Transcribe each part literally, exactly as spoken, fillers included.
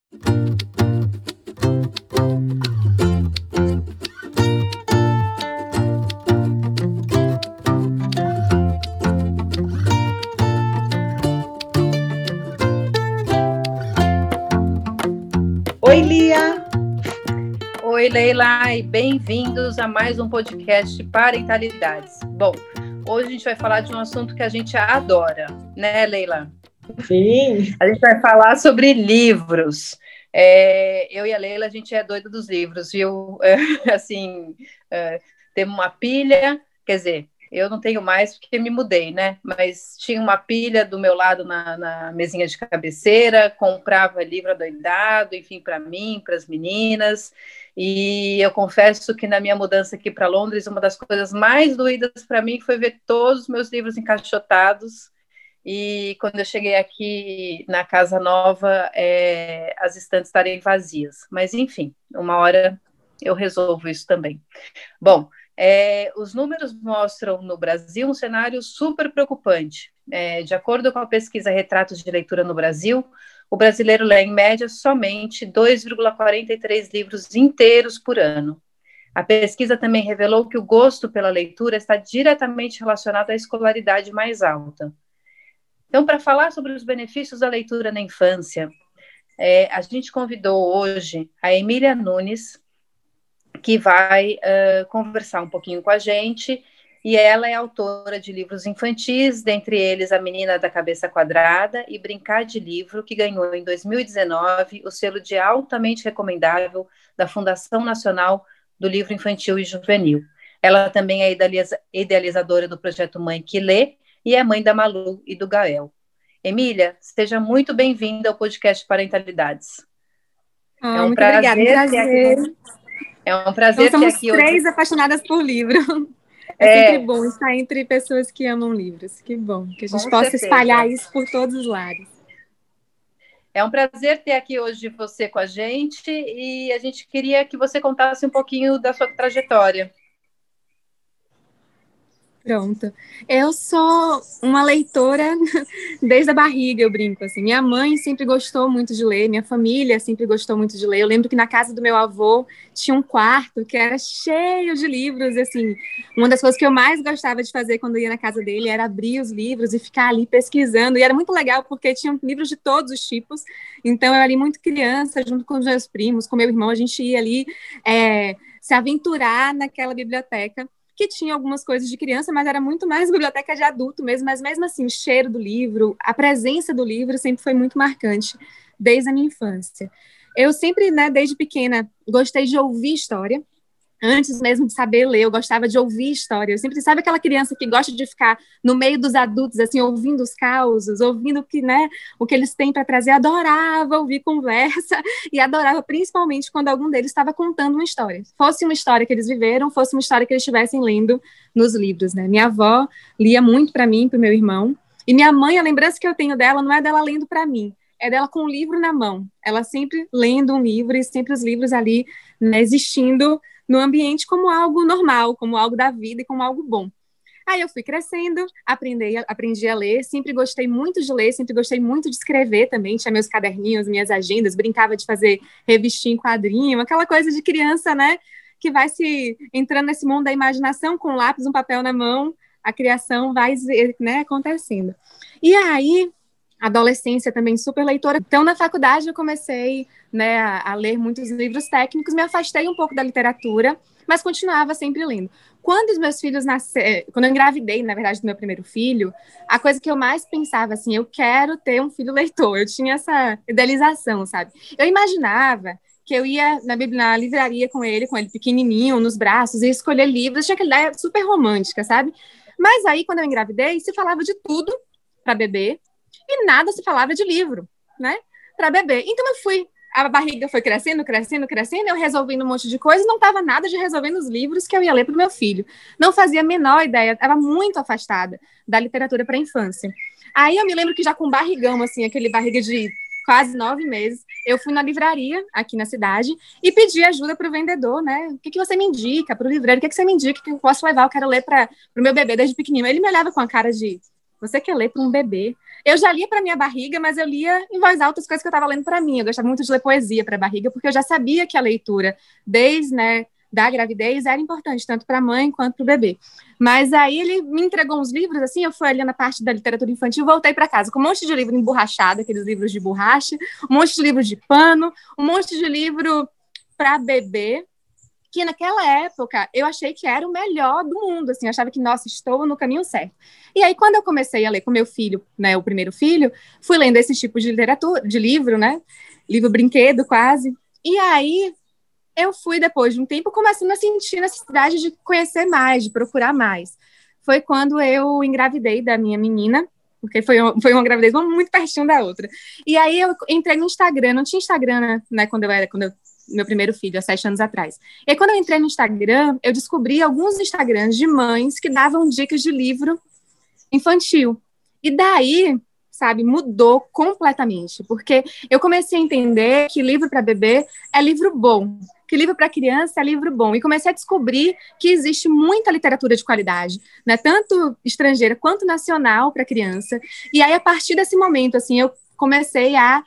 Oi, Lia! Oi, Leila, e bem-vindos a mais um podcast Parentalidades. Bom, hoje a gente vai falar de um assunto que a gente adora, né, Leila? Sim! A gente vai falar sobre livros. É, eu e a Leila, a gente é doida dos livros, viu? É, assim, é, temos uma pilha, quer dizer, eu não tenho mais porque me mudei, né? Mas tinha uma pilha do meu lado na, na mesinha de cabeceira, comprava livro adoidado, enfim, para mim, para as meninas. E eu confesso que na minha mudança aqui para Londres, uma das coisas mais doídas para mim foi ver todos os meus livros encaixotados. E quando eu cheguei aqui na casa nova, é, as estantes estarem vazias. Mas, enfim, uma hora eu resolvo isso também. Bom, é, os números mostram no Brasil um cenário super preocupante. É, de acordo com a pesquisa Retratos de Leitura no Brasil, o brasileiro lê, em média, somente dois vírgula quarenta e três livros inteiros por ano. A pesquisa também revelou que o gosto pela leitura está diretamente relacionado à escolaridade mais alta. Então, para falar sobre os benefícios da leitura na infância, é, a gente convidou hoje a Emília Nunes, que vai uh, conversar um pouquinho com a gente, e ela é autora de livros infantis, dentre eles A Menina da Cabeça Quadrada e Brincar de Livro, que ganhou em dois mil e dezenove o selo de altamente recomendável da Fundação Nacional do Livro Infantil e Juvenil. Ela também é idealiza- idealizadora do projeto Mãe que Lê, e é mãe da Malu e do Gael. Emília, seja muito bem-vinda ao podcast Parentalidades. Ah, é um muito prazer, obrigada, um prazer. Ter aqui, é um Então, prazer somos ter aqui três hoje. apaixonadas por livro. É, é sempre bom estar entre pessoas que amam livros. Que bom, que a gente Com possa certeza. espalhar isso por todos os lares. É um prazer ter aqui hoje você com a gente, e a gente queria que você contasse um pouquinho da sua trajetória. Pronto. Eu sou uma leitora desde a barriga, eu brinco, assim. Minha mãe sempre gostou muito de ler, minha família sempre gostou muito de ler. Eu lembro que na casa do meu avô tinha um quarto que era cheio de livros, assim. Uma das coisas que eu mais gostava de fazer quando ia na casa dele era abrir os livros e ficar ali pesquisando. E era muito legal porque tinham livros de todos os tipos. Então eu ali muito criança, junto com os meus primos, com meu irmão, a gente ia ali é, se aventurar naquela biblioteca, que tinha algumas coisas de criança, mas era muito mais biblioteca de adulto mesmo, mas mesmo assim, o cheiro do livro, a presença do livro sempre foi muito marcante, desde a minha infância. Eu sempre, né, desde pequena, gostei de ouvir história. Antes mesmo de saber ler, eu gostava de ouvir história. Eu sempre, sabe aquela criança que gosta de ficar no meio dos adultos, assim, ouvindo os causos, ouvindo o que, né, o que eles têm para trazer. Adorava ouvir conversa e adorava principalmente quando algum deles estava contando uma história. Fosse uma história que eles viveram, fosse uma história que eles estivessem lendo nos livros, né? Minha avó lia muito para mim, para o meu irmão. E minha mãe, a lembrança que eu tenho dela não é dela lendo para mim, é dela com um livro na mão. Ela sempre lendo um livro e sempre os livros ali, né, existindo no ambiente como algo normal, como algo da vida e como algo bom. Aí eu fui crescendo, aprendi, aprendi a ler, sempre gostei muito de ler, sempre gostei muito de escrever também, tinha meus caderninhos, minhas agendas, brincava de fazer revistinha em quadrinho, aquela coisa de criança, né, que vai se entrando nesse mundo da imaginação com um lápis, um papel na mão, a criação vai, né, acontecendo. E aí, adolescência também super leitora. Então, na faculdade eu comecei, né, a, a ler muitos livros técnicos, me afastei um pouco da literatura, mas continuava sempre lendo. Quando os meus filhos nasceram, quando eu engravidei, na verdade, do meu primeiro filho, a coisa que eu mais pensava, assim, eu quero ter um filho leitor. Eu tinha essa idealização, sabe? Eu imaginava que eu ia na, na livraria com ele, com ele pequenininho, nos braços, e escolher livros. Tinha aquela ideia super romântica, sabe? Mas aí, quando eu engravidei, se falava de tudo para bebê, e nada se falava de livro, né, para bebê. Então eu fui, a barriga foi crescendo, crescendo, crescendo, eu resolvendo um monte de coisa, e não estava nada de resolvendo os livros que eu ia ler para o meu filho. Não fazia a menor ideia, estava muito afastada da literatura para a infância. Aí eu me lembro que já com barrigão, assim, aquele barriga de quase nove meses, eu fui na livraria aqui na cidade e pedi ajuda para o vendedor, né? O que, que você me indica para o livreiro? O que, que você me indica que eu posso levar? Eu quero ler para o meu bebê desde pequenininho. Ele me olhava com a cara de: você quer ler para um bebê? Eu já lia para minha barriga, mas eu lia em voz alta as coisas que eu estava lendo para mim. Eu gostava muito de ler poesia para a barriga, porque eu já sabia que a leitura, desde, né, da gravidez, era importante, tanto para a mãe quanto para o bebê. Mas aí ele me entregou uns livros, assim, eu fui ali na parte da literatura infantil, voltei para casa com um monte de livro emborrachado, aqueles livros de borracha, um monte de livro de pano, um monte de livro para bebê, que naquela época eu achei que era o melhor do mundo, assim, eu achava que, nossa, estou no caminho certo. E aí, quando eu comecei a ler com meu filho, né, o primeiro filho, fui lendo esse tipo de literatura, de livro, né, livro brinquedo quase, e aí eu fui, depois de um tempo, começando a sentir necessidade de conhecer mais, de procurar mais. Foi quando eu engravidei da minha menina, porque foi, foi uma gravidez muito pertinho da outra. E aí eu entrei no Instagram, não tinha Instagram, né, quando eu era, quando eu meu primeiro filho, há sete anos atrás. E aí, quando eu entrei no Instagram, eu descobri alguns Instagrams de mães que davam dicas de livro infantil. E daí, sabe, mudou completamente, porque eu comecei a entender que livro para bebê é livro bom, que livro para criança é livro bom, e comecei a descobrir que existe muita literatura de qualidade, né, tanto estrangeira quanto nacional para criança. E aí, a partir desse momento, assim, eu comecei a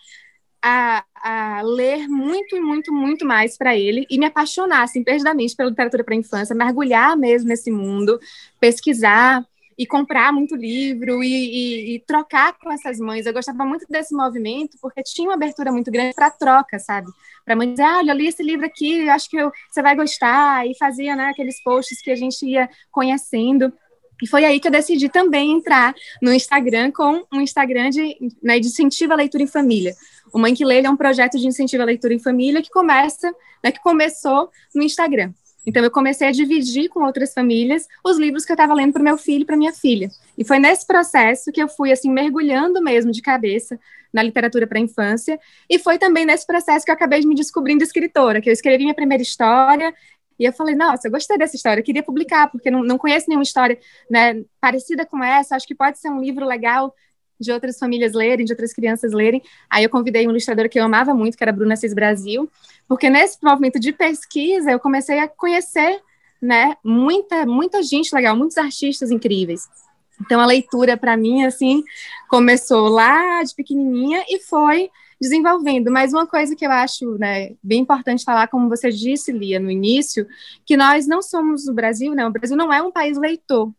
A, a ler muito, muito, muito mais para ele e me apaixonar, assim, perdidamente pela literatura para a infância, mergulhar mesmo nesse mundo, pesquisar e comprar muito livro e, e, e trocar com essas mães. Eu gostava muito desse movimento porque tinha uma abertura muito grande para troca, sabe? Para a mãe dizer, ah, olha, eu li esse livro aqui, acho que eu, você vai gostar, e fazia, né, aqueles posts que a gente ia conhecendo. E foi aí que eu decidi também entrar no Instagram com um Instagram de, né, de incentivo à leitura em família. O Mãe que Lê é um projeto de incentivo à leitura em família que começa, né, que começou no Instagram. Então, eu comecei a dividir com outras famílias os livros que eu estava lendo para o meu filho e para minha filha. E foi nesse processo que eu fui, assim, mergulhando mesmo de cabeça na literatura para a infância. E foi também nesse processo que eu acabei me descobrindo escritora, que eu escrevi minha primeira história. E eu falei, nossa, eu gostei dessa história, eu queria publicar, porque não, não conheço nenhuma história, né, parecida com essa, acho que pode ser um livro legal de outras famílias lerem, de outras crianças lerem. Aí eu convidei uma ilustradora que eu amava muito, que era a Bruna Assis Brasil, porque nesse movimento de pesquisa eu comecei a conhecer, né, muita, muita gente legal, muitos artistas incríveis. Então a leitura, para mim, assim, começou lá de pequenininha e foi desenvolvendo. Mas uma coisa que eu acho, né, bem importante falar, como você disse, Lia, no início, que nós não somos o Brasil, né, o Brasil não é um país leitor,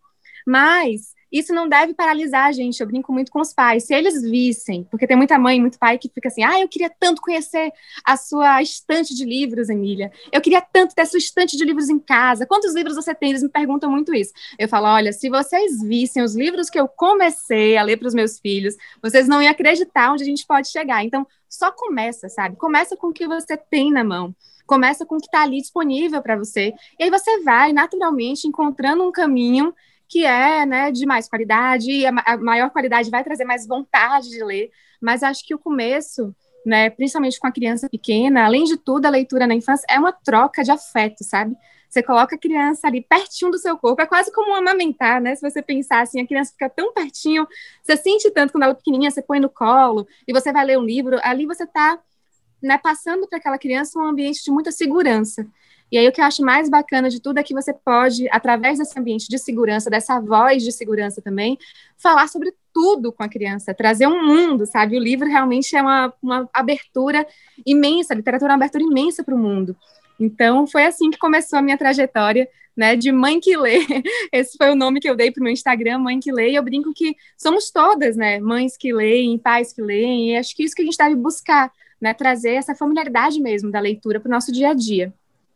mas isso não deve paralisar a gente. Eu brinco muito com os pais. Se eles vissem, porque tem muita mãe, muito pai que fica assim, ah, eu queria tanto conhecer a sua estante de livros, Emília. Eu queria tanto ter a sua estante de livros em casa. Quantos livros você tem? Eles me perguntam muito isso. Eu falo, olha, se vocês vissem os livros que eu comecei a ler para os meus filhos, vocês não iam acreditar onde a gente pode chegar. Então, só começa, sabe? Começa com o que você tem na mão. Começa com o que está ali disponível para você. E aí você vai, naturalmente, encontrando um caminho que é, né, de mais qualidade, e a, a maior qualidade vai trazer mais vontade de ler, mas acho que o começo, né, principalmente com a criança pequena, além de tudo, a leitura na infância é uma troca de afeto, sabe? Você coloca a criança ali pertinho do seu corpo, é quase como amamentar, né? Se você pensar assim, a criança fica tão pertinho, você sente tanto quando ela é pequenininha, você põe no colo, e você vai ler um livro, ali você está, né, passando para aquela criança um ambiente de muita segurança. E aí o que eu acho mais bacana de tudo é que você pode, através desse ambiente de segurança, dessa voz de segurança também, falar sobre tudo com a criança, trazer um mundo, sabe? O livro realmente é uma, uma abertura imensa, a literatura é uma abertura imensa para o mundo. Então, foi assim que começou a minha trajetória, né, de Mãe que Lê. Esse foi o nome que eu dei para o meu Instagram, Mãe que Lê, e eu brinco que somos todas, né, mães que leem, pais que leem, e acho que isso que a gente deve buscar, né, trazer essa familiaridade mesmo da leitura para o nosso dia a dia.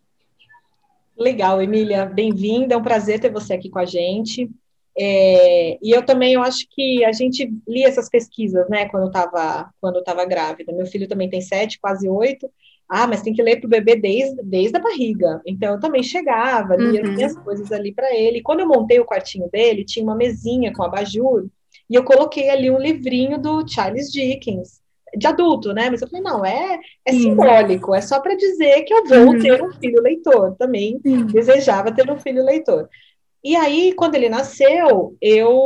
Legal, Emília, bem-vinda, é um prazer ter você aqui com a gente. É, e eu também, eu acho que a gente lia essas pesquisas, né, quando eu estava quando eu estava grávida. Meu filho também tem sete, quase oito. Ah, mas tem que ler para o bebê desde, desde a barriga. Então, eu também chegava, lia Uhum. as coisas ali para ele. E quando eu montei o quartinho dele, tinha uma mesinha com abajur, e eu coloquei ali um livrinho do Charles Dickens, de adulto, né? Mas eu falei, não, é, é simbólico, é só para dizer que eu vou Uhum. ter um filho leitor. Também Sim. desejava ter um filho leitor. E aí, quando ele nasceu,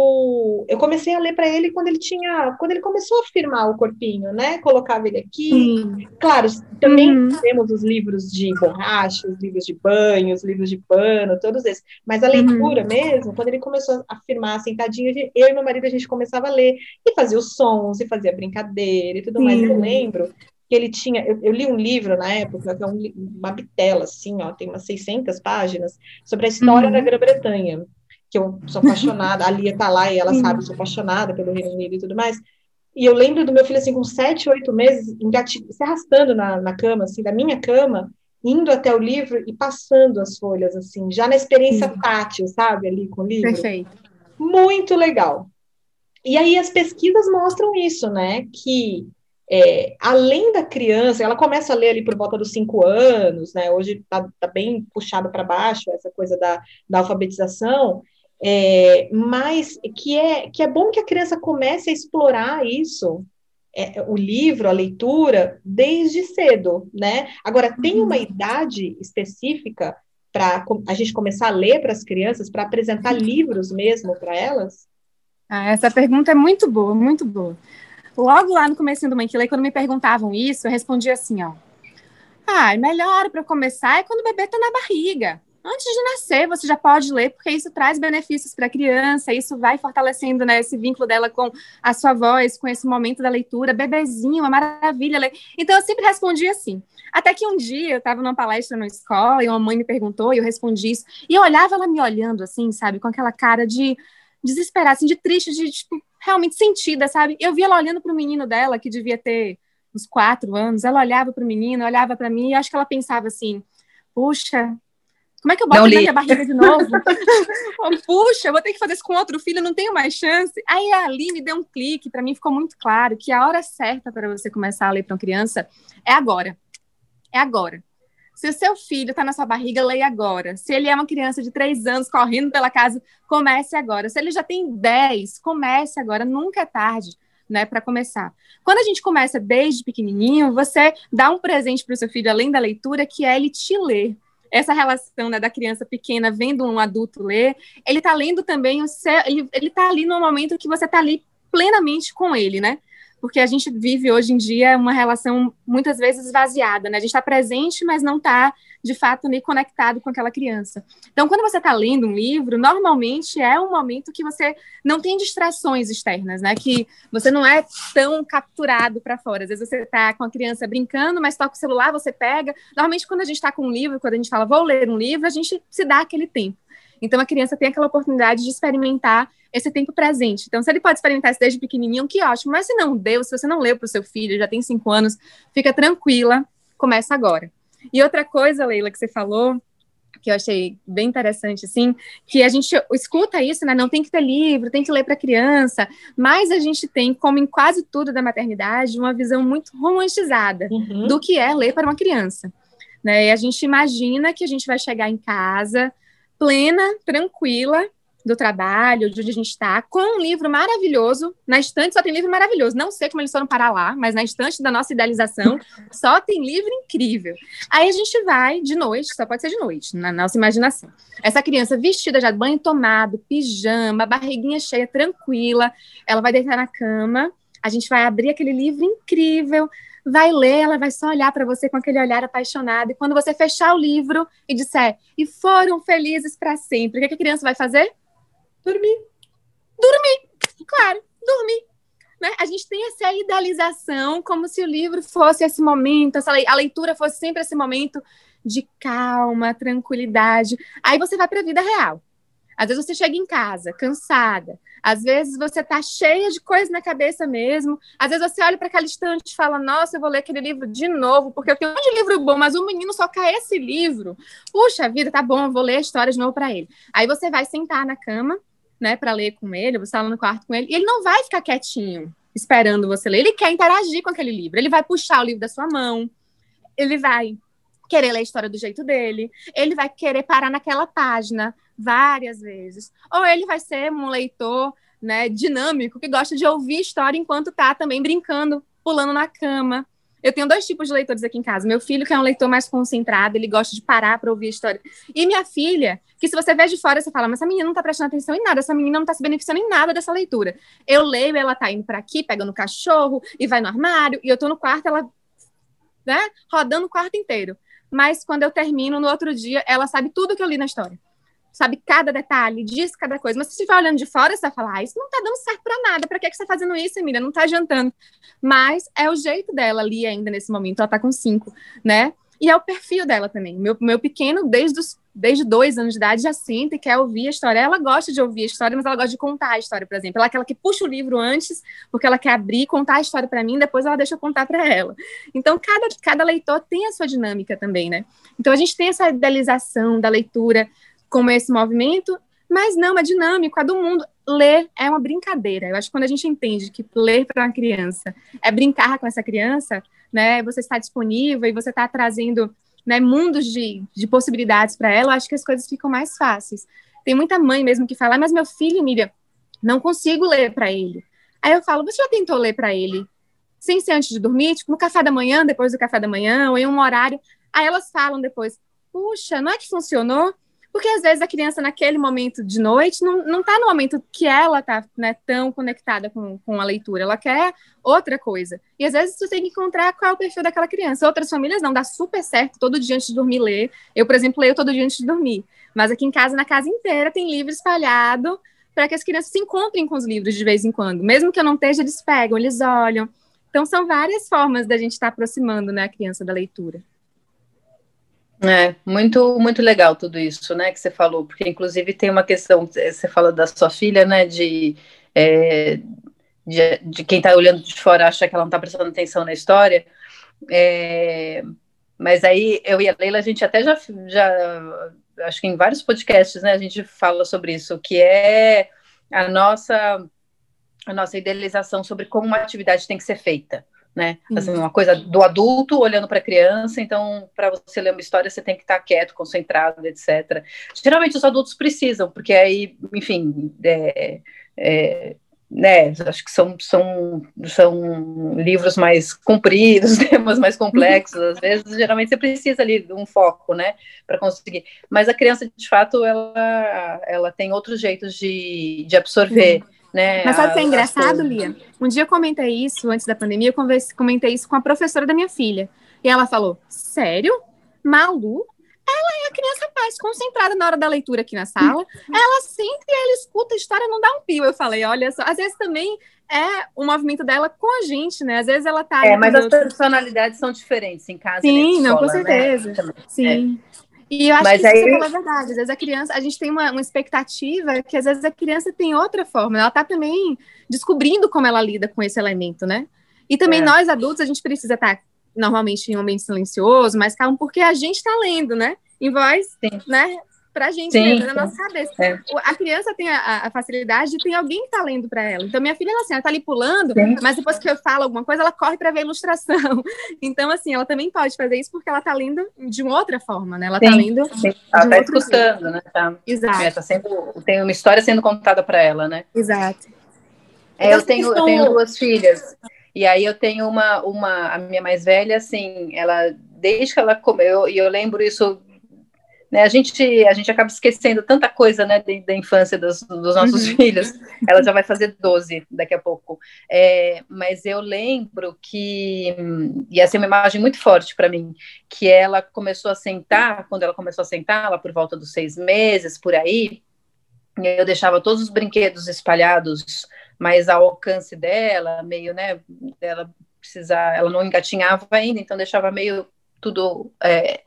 eu, eu comecei a ler para ele quando ele tinha, quando ele começou a firmar o corpinho, né? Colocava ele aqui. Sim. Claro, também Uhum. temos os livros de borracha, os livros de banho, os livros de pano, todos esses. Mas a leitura Uhum. mesmo, quando ele começou a firmar sentadinho, eu e meu marido, a gente começava a ler. E fazia os sons, e fazia brincadeira e tudo mais. Eu Sim. lembro que ele tinha... Eu, eu li um livro na época, que é um, uma bitela, assim, ó, tem umas seiscentas páginas, sobre a história da Uhum. Grã-Bretanha, que eu sou apaixonada, a Lia tá lá e ela Sim. sabe, eu sou apaixonada pelo Reino Unido e tudo mais. E eu lembro do meu filho, assim, com sete, oito meses, engati... se arrastando na, na cama, assim, da minha cama, indo até o livro e passando as folhas, assim, já na experiência Sim. tátil, sabe, ali com o livro. Perfeito. Muito legal. E aí as pesquisas mostram isso, né, que é, além da criança, ela começa a ler ali por volta dos cinco anos, né, hoje está tá bem puxado para baixo essa coisa da, da alfabetização, é, mas que é, que é bom que a criança comece a explorar isso, é, o livro, a leitura, desde cedo, né? Agora, tem uma Uhum. idade específica para a gente começar a ler para as crianças, para apresentar livros mesmo para elas? Ah, essa pergunta é muito boa, muito boa. Logo lá no comecinho do Mãe que Lê, quando me perguntavam isso, eu respondia assim, ó. Ah, melhor para começar é quando o bebê está na barriga. Antes de nascer, você já pode ler, porque isso traz benefícios para a criança, isso vai fortalecendo, né, esse vínculo dela com a sua voz, com esse momento da leitura. Bebezinho, uma maravilha ler. Então, eu sempre respondia assim. Até que um dia eu estava numa palestra na escola e uma mãe me perguntou e eu respondi isso. E eu olhava ela me olhando assim, sabe, com aquela cara de desesperada, assim, de triste, de, tipo, realmente sentida, sabe? Eu vi ela olhando para o menino dela, que devia ter uns quatro anos, ela olhava para o menino, olhava para mim, e acho que ela pensava assim, puxa, como é que eu boto Não ele na li. minha barriga de novo? Puxa, eu vou ter que fazer isso com outro filho, não tenho mais chance. Aí ali me deu um clique, para mim ficou muito claro que a hora certa para você começar a ler para uma criança é agora. É agora. Se o seu filho está na sua barriga, leia agora. Se ele é uma criança de três anos correndo pela casa, comece agora. Se ele já tem dez, comece agora. Nunca é tarde, né, para começar. Quando a gente começa desde pequenininho, você dá um presente para o seu filho, além da leitura, que é ele te ler. Essa relação, né, da criança pequena vendo um adulto ler, ele está lendo também o seu, ele ele está ali no momento que você está ali plenamente com ele, né? Porque a gente vive hoje em dia uma relação muitas vezes esvaziada, né? A gente está presente, mas não está, de fato, nem conectado com aquela criança. Então, quando você está lendo um livro, normalmente é um momento que você não tem distrações externas, né? Que você não é tão capturado para fora. Às vezes você está com a criança brincando, mas toca o celular, você pega. Normalmente, quando a gente está com um livro, quando a gente fala, vou ler um livro, a gente se dá aquele tempo. Então, a criança tem aquela oportunidade de experimentar esse tempo presente. Então, se ele pode experimentar isso desde pequenininho, que ótimo. Mas se não deu, se você não leu para o seu filho, já tem cinco anos, fica tranquila, começa agora. E outra coisa, Leila, que você falou, que eu achei bem interessante, assim, que a gente escuta isso, né? Não tem que ter livro, tem que ler para criança, mas a gente tem, como em quase tudo da maternidade, uma visão muito romantizada Uhum. do que é ler para uma criança. Né? E a gente imagina que a gente vai chegar em casa plena, tranquila, do trabalho, de onde a gente está, com um livro maravilhoso. Na estante só tem livro maravilhoso. Não sei como eles foram parar lá, mas na estante da nossa idealização só tem livro incrível. Aí a gente vai de noite, só pode ser de noite, na nossa imaginação. Essa criança vestida já de banho tomado, pijama, barriguinha cheia, tranquila, ela vai deitar na cama, a gente vai abrir aquele livro incrível, vai ler, ela vai só olhar para você com aquele olhar apaixonado, e quando você fechar o livro e disser, e foram felizes para sempre, o que a criança vai fazer? Dormir. Dormir, claro, dormir. Né? A gente tem essa idealização como se o livro fosse esse momento, essa le- a leitura fosse sempre esse momento de calma, tranquilidade. Aí você vai para a vida real. Às vezes você chega em casa, cansada. Às vezes você tá cheia de coisa na cabeça mesmo. Às vezes você olha para aquela estante e fala, nossa, eu vou ler aquele livro de novo, porque eu tenho um monte de livro bom, mas o menino só quer esse livro. Puxa vida, tá bom, eu vou ler a história de novo para ele. Aí você vai sentar na cama, né, para ler com ele, você tá lá no quarto com ele, e ele não vai ficar quietinho, esperando você ler. Ele quer interagir com aquele livro. Ele vai puxar o livro da sua mão, ele vai querer ler a história do jeito dele, ele vai querer parar naquela página várias vezes. Ou ele vai ser um leitor, né, dinâmico, que gosta de ouvir história enquanto tá também brincando, pulando na cama. Eu tenho dois tipos de leitores aqui em casa. Meu filho, que é um leitor mais concentrado, ele gosta de parar para ouvir a história. E minha filha, que se você vê de fora, você fala, mas essa menina não está prestando atenção em nada, essa menina não está se beneficiando em nada dessa leitura. Eu leio, ela está indo para aqui, pegando o cachorro, e vai no armário, e eu estou no quarto, ela, né, rodando o quarto inteiro. Mas quando eu termino, no outro dia, ela sabe tudo que eu li na história. Sabe cada detalhe, diz cada coisa. Mas se você estiver olhando de fora, você vai falar, ah, isso não tá dando certo para nada. Para que, que você tá fazendo isso, Emília? Não tá adiantando. Mas é o jeito dela ali ainda nesse momento. Ela tá com cinco, né? E é o perfil dela também. Meu, meu pequeno, desde, os, desde dois anos de idade, já senta e quer ouvir a história. Ela gosta de ouvir a história, mas ela gosta de contar a história, por exemplo. Ela é aquela que puxa o livro antes, porque ela quer abrir e contar a história para mim, depois ela deixa eu contar para ela. Então, cada, cada leitor tem a sua dinâmica também, né? Então, a gente tem essa idealização da leitura como esse movimento, mas não, é dinâmico, é do mundo. Ler é uma brincadeira. Eu acho que quando a gente entende que ler para uma criança é brincar com essa criança, né, você está disponível e você está trazendo, né, mundos de, de possibilidades para ela, eu acho que as coisas ficam mais fáceis. Tem muita mãe mesmo que fala, mas meu filho, Emília, não consigo ler para ele. Aí eu falo, você já tentou ler para ele sem ser antes de dormir, tipo no café da manhã, depois do café da manhã, ou em um horário? Aí elas falam depois, puxa, não é que funcionou? Porque, às vezes, a criança, naquele momento de noite, não está no momento que ela está, né, tão conectada com, com a leitura. Ela quer outra coisa. E, às vezes, você tem que encontrar qual é o perfil daquela criança. Outras famílias não, dá super certo todo dia antes de dormir ler. Eu, por exemplo, leio todo dia antes de dormir. Mas aqui em casa, na casa inteira, tem livro espalhado para que as crianças se encontrem com os livros de vez em quando. Mesmo que eu não esteja, eles pegam, eles olham. Então, são várias formas da gente estar aproximando, né, a criança da leitura. É, muito, muito legal tudo isso, né, que você falou, porque inclusive tem uma questão, você fala da sua filha, né, de, é, de, de quem está olhando de fora acha que ela não está prestando atenção na história, é, mas aí eu e a Leila, a gente até já, já, acho que em vários podcasts, né, a gente fala sobre isso, que é a nossa, a nossa idealização sobre como uma atividade tem que ser feita. Né? Assim, uma coisa do adulto olhando para a criança, então, para você ler uma história, você tem que estar quieto, concentrado, etcétera. Geralmente os adultos precisam, porque aí, enfim, é, é, né, acho que são, são, são livros mais compridos, temas mais complexos, às vezes, geralmente você precisa ali de um foco, né, para conseguir. Mas a criança, de fato, ela, ela tem outros jeitos de, de absorver. Uhum. Né, Mas sabe o que é engraçado, Lia? Um dia eu comentei isso, antes da pandemia, eu comentei isso com a professora da minha filha. E ela falou, sério? Malu? Ela é a criança mais concentrada na hora da leitura aqui na sala. Ela sempre, ela escuta a história, não dá um pio. Eu falei, olha só, às vezes também é o movimento dela com a gente, né? Às vezes ela tá... É, mas as outros... personalidades são diferentes em casa Sim, e na escola, não, com certeza. Né? Sim. É. E eu acho Mas que aí... isso que você falou é verdade. Às vezes a criança, a gente tem uma, uma expectativa que às vezes a criança tem outra forma. Ela está também descobrindo como ela lida com esse elemento, né? E também é. nós, adultos, a gente precisa estar normalmente em um ambiente silencioso, mais calmo, porque a gente está lendo, né? Em voz, sim. né? Pra gente sim, lendo, sim. na nossa cabeça. É. A criança tem a, a facilidade de ter alguém que tá lendo para ela. Então, minha filha, ela, assim, ela tá ali pulando, sim. mas depois que eu falo alguma coisa, ela corre para ver a ilustração. Então, assim, ela também pode fazer isso porque ela tá lendo de uma outra forma, né? Ela sim, tá lendo sim. Ela de um tá outro escutando, jeito. né? Tá, Exato. é, tá sendo, tem uma história sendo contada para ela, né? Exato. É, eu, tenho, eu tenho duas filhas. E aí eu tenho uma, uma, a minha mais velha, assim, ela, desde que ela comeu, e eu lembro isso, né, a gente, a gente acaba esquecendo tanta coisa, né, da, da infância dos, dos nossos uhum. filhos, ela já vai fazer doze daqui a pouco, é, mas eu lembro que, e essa é uma imagem muito forte para mim, que ela começou a sentar, quando ela começou a sentar, lá por volta dos seis meses, por aí, eu deixava todos os brinquedos espalhados mais ao alcance dela, meio, né, ela precisar, ela não engatinhava ainda, então deixava meio tudo é,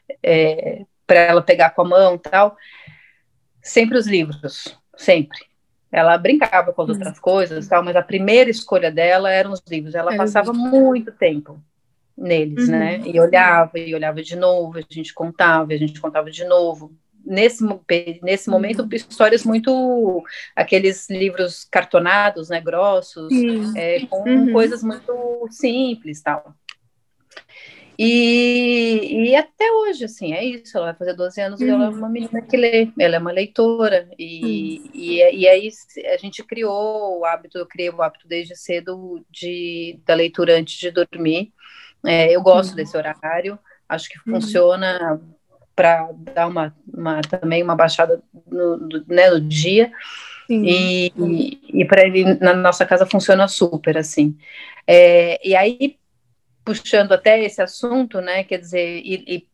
é, para ela pegar com a mão e tal. Sempre os livros, sempre. Ela brincava com as outras coisas, tal, mas a primeira escolha dela eram os livros. Ela passava muito tempo neles, uhum. né, e olhava, e olhava de novo, a gente contava, a gente contava de novo. Nesse, nesse momento, uhum. histórias muito, aqueles livros cartonados, né, grossos, é, com uhum. coisas muito simples, tal. E, e até hoje, assim, é isso, ela vai fazer doze anos uhum. e ela é uma menina que lê, ela é uma leitora, e, uhum. e, e aí a gente criou o hábito, eu criei o hábito desde cedo de, da leitura antes de dormir, É, eu gosto Sim. desse horário, acho que funciona para dar uma, uma, também uma baixada no, no, né, no dia. E, e, e para ele, na nossa casa, funciona super, assim. É, e aí, puxando até esse assunto, né, quer dizer, e,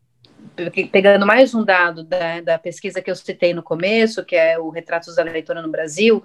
e pegando mais um dado da, da pesquisa que eu citei no começo, que é o Retratos da Leitora no Brasil,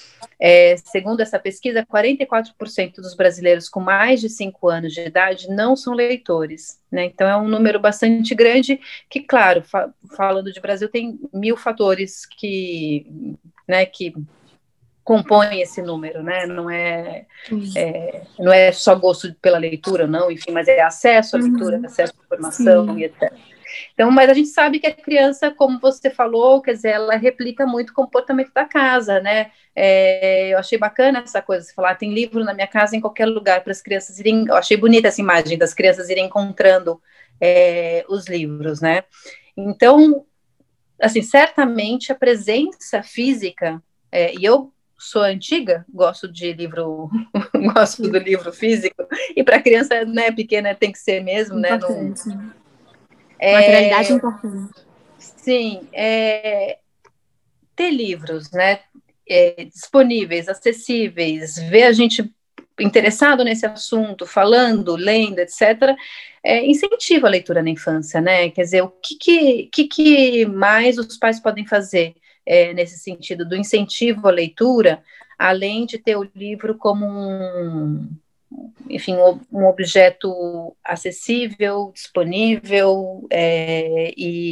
é, segundo essa pesquisa, quarenta e quatro por cento dos brasileiros com mais de cinco anos de idade não são leitores, né? Então é um número bastante grande que, claro, fa falando de Brasil, tem mil fatores que, né, que compõem esse número, né? Não é, é, não é só gosto pela leitura, não, enfim, mas é acesso à leitura, uhum. acesso à informação, sim. E etcétera. Então, mas a gente sabe que a criança, como você falou, quer dizer, ela replica muito o comportamento da casa, né? É, eu achei bacana essa coisa, você falar, tem livro na minha casa em qualquer lugar para as crianças irem, eu achei bonita essa imagem das crianças irem encontrando é, os livros, né? Então, assim, certamente a presença física, é, e eu sou antiga, gosto de livro, gosto do livro físico, e para criança, né, pequena tem que ser mesmo, importante. Né? Não, é, materialidade importante. Sim, é, ter livros, né, é, disponíveis, acessíveis, ver a gente interessado nesse assunto, falando, lendo, etcétera, é, incentiva a leitura na infância, né? Quer dizer, o que, que, que, que mais os pais podem fazer é, nesse sentido do incentivo à leitura, além de ter o livro como um, enfim, um objeto acessível, disponível é,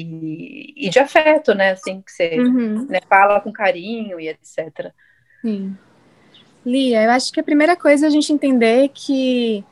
e, e de afeto, né? Assim, que você uhum. né, fala com carinho e etcétera. Sim. Lia, eu acho que a primeira coisa é a gente entender que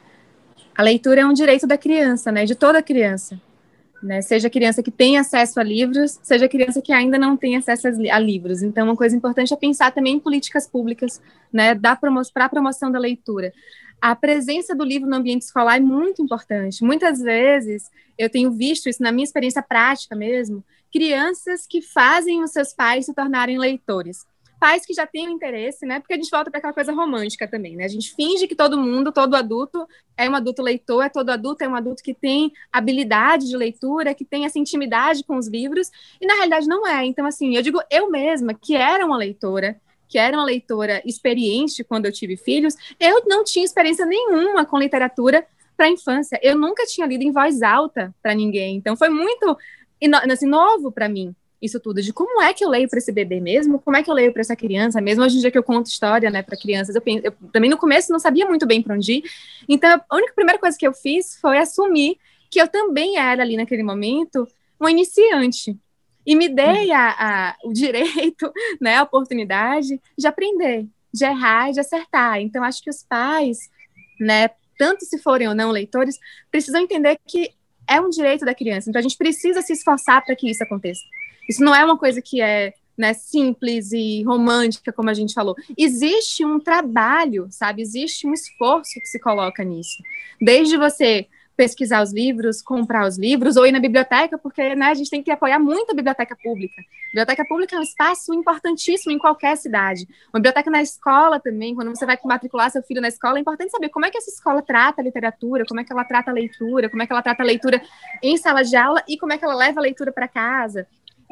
a leitura é um direito da criança, né? De toda criança. Né? Seja criança que tem acesso a livros, seja criança que ainda não tem acesso a livros. Então, uma coisa importante é pensar também em políticas públicas, né, promo para a promoção da leitura. A presença do livro no ambiente escolar é muito importante. Muitas vezes, eu tenho visto isso na minha experiência prática mesmo, crianças que fazem os seus pais se tornarem leitores. Pais que já têm um interesse, né? Porque a gente volta para aquela coisa romântica também, né? A gente finge que todo mundo, todo adulto é um adulto leitor, é todo adulto é um adulto que tem habilidade de leitura, que tem essa intimidade com os livros, e na realidade não é. Então, assim, eu digo eu mesma, que era uma leitora, que era uma leitora experiente quando eu tive filhos, eu não tinha experiência nenhuma com literatura para a infância. Eu nunca tinha lido em voz alta para ninguém. Então, foi muito assim, novo para mim. Isso tudo, de como é que eu leio para esse bebê mesmo, como é que eu leio para essa criança, mesmo hoje em dia que eu conto história, né, para crianças, eu, penso, eu também no começo não sabia muito bem para onde ir, então a única primeira coisa que eu fiz foi assumir que eu também era ali naquele momento uma iniciante, e me dei a, a, o direito, né, a oportunidade de aprender, de errar e de acertar. Então acho que os pais, né, tanto se forem ou não leitores, precisam entender que é um direito da criança, então a gente precisa se esforçar para que isso aconteça. Isso não é uma coisa que é, né, simples e romântica, como a gente falou. Existe um trabalho, sabe? Existe um esforço que se coloca nisso. Desde você pesquisar os livros, comprar os livros, ou ir na biblioteca, porque, né, a gente tem que apoiar muito a biblioteca pública. A biblioteca pública é um espaço importantíssimo em qualquer cidade. Uma biblioteca na escola também, quando você vai matricular seu filho na escola, é importante saber como é que essa escola trata a literatura, como é que ela trata a leitura, como é que ela trata a leitura em sala de aula e como é que ela leva a leitura para casa.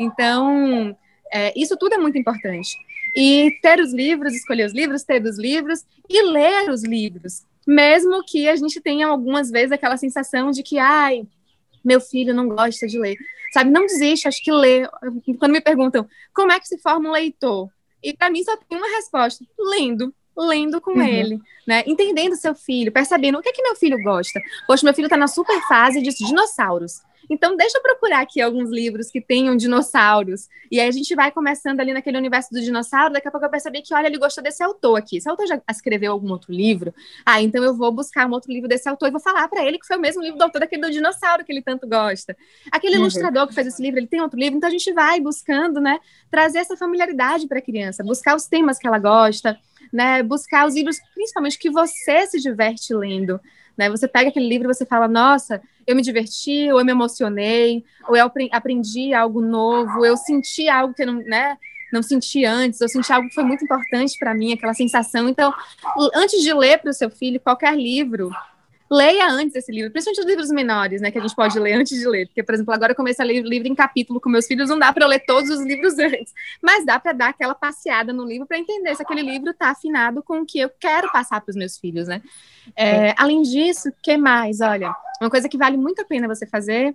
Então, é, isso tudo é muito importante. E ter os livros, escolher os livros, ter os livros e ler os livros. Mesmo que a gente tenha algumas vezes aquela sensação de que, ai, meu filho não gosta de ler. Sabe, não desiste, acho que ler. Quando me perguntam, como é que se forma um leitor? E para mim só tem uma resposta, lendo. Lendo com uhum. ele, né? Entendendo seu filho, percebendo o que é que meu filho gosta. Poxa, meu filho está na super fase de dinossauros. Então, deixa eu procurar aqui alguns livros que tenham dinossauros. E aí a gente vai começando ali naquele universo do dinossauro. Daqui a pouco eu percebi que, olha, ele gostou desse autor aqui. Esse autor já escreveu algum outro livro? Ah, então eu vou buscar um outro livro desse autor e vou falar para ele que foi o mesmo livro do autor daquele do dinossauro que ele tanto gosta. Aquele uhum. ilustrador que fez esse livro, ele tem outro livro. Então a gente vai buscando, né, trazer essa familiaridade para a criança, buscar os temas que ela gosta, né, buscar os livros, principalmente, que você se diverte lendo. Né? Você pega aquele livro e você fala, nossa, eu me diverti, ou eu me emocionei, ou eu aprendi algo novo, eu senti algo que eu não, né, não senti antes, eu senti algo que foi muito importante para mim, aquela sensação. Então, antes de ler para o seu filho qualquer livro, leia antes esse livro, principalmente os livros menores, né, que a gente pode ler antes de ler, porque, por exemplo, agora eu comecei a ler livro em capítulo com meus filhos, não dá para eu ler todos os livros antes, mas dá para dar aquela passeada no livro para entender se aquele livro está afinado com o que eu quero passar para os meus filhos, né. É, além disso, o que mais? Olha, uma coisa que vale muito a pena você fazer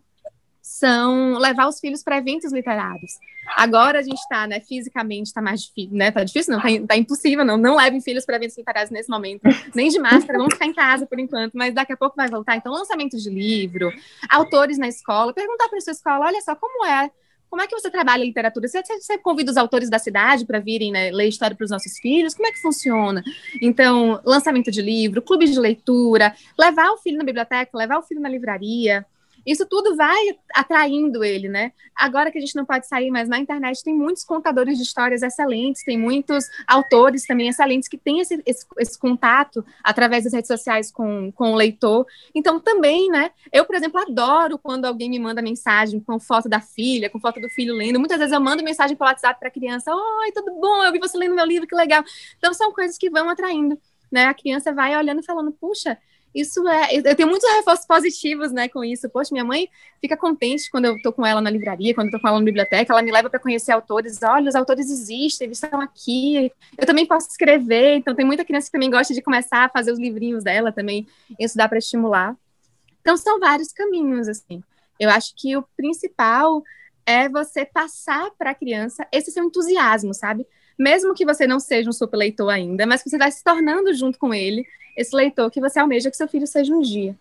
são levar os filhos para eventos literários. Agora a gente está, né, fisicamente está mais difícil, né, tá difícil não, tá, tá impossível não, não levem filhos para eventos literários nesse momento, nem de máscara, vamos ficar em casa por enquanto, mas daqui a pouco vai voltar, então lançamentos de livro, autores na escola, perguntar para a sua escola, olha só, como é, como é que você trabalha literatura? Você, você convida os autores da cidade para virem, né, ler história para os nossos filhos? Como é que funciona? Então, lançamento de livro, clube de leitura, levar o filho na biblioteca, levar o filho na livraria, isso tudo vai atraindo ele, né? Agora que a gente não pode sair, mas na internet tem muitos contadores de histórias excelentes, tem muitos autores também excelentes que têm esse, esse, esse contato através das redes sociais com, com o leitor. Então, também, né? Eu, por exemplo, adoro quando alguém me manda mensagem com foto da filha, com foto do filho lendo. Muitas vezes eu mando mensagem pelo WhatsApp para a criança: oi, tudo bom? Eu vi você lendo meu livro, que legal. Então, são coisas que vão atraindo, né? A criança vai olhando e falando: puxa, isso é, eu tenho muitos reforços positivos, né, com isso. Poxa, minha mãe fica contente quando eu tô com ela na livraria, quando eu tô com ela na biblioteca, ela me leva para conhecer autores. Olha, os autores existem, eles estão aqui. Eu também posso escrever, então tem muita criança que também gosta de começar a fazer os livrinhos dela também, isso dá para estimular. Então são vários caminhos, assim. Eu acho que o principal é você passar para a criança esse seu entusiasmo, sabe? Mesmo que você não seja um super leitor ainda, mas que você vai se tornando junto com ele esse leitor que você almeja que seu filho seja um dia.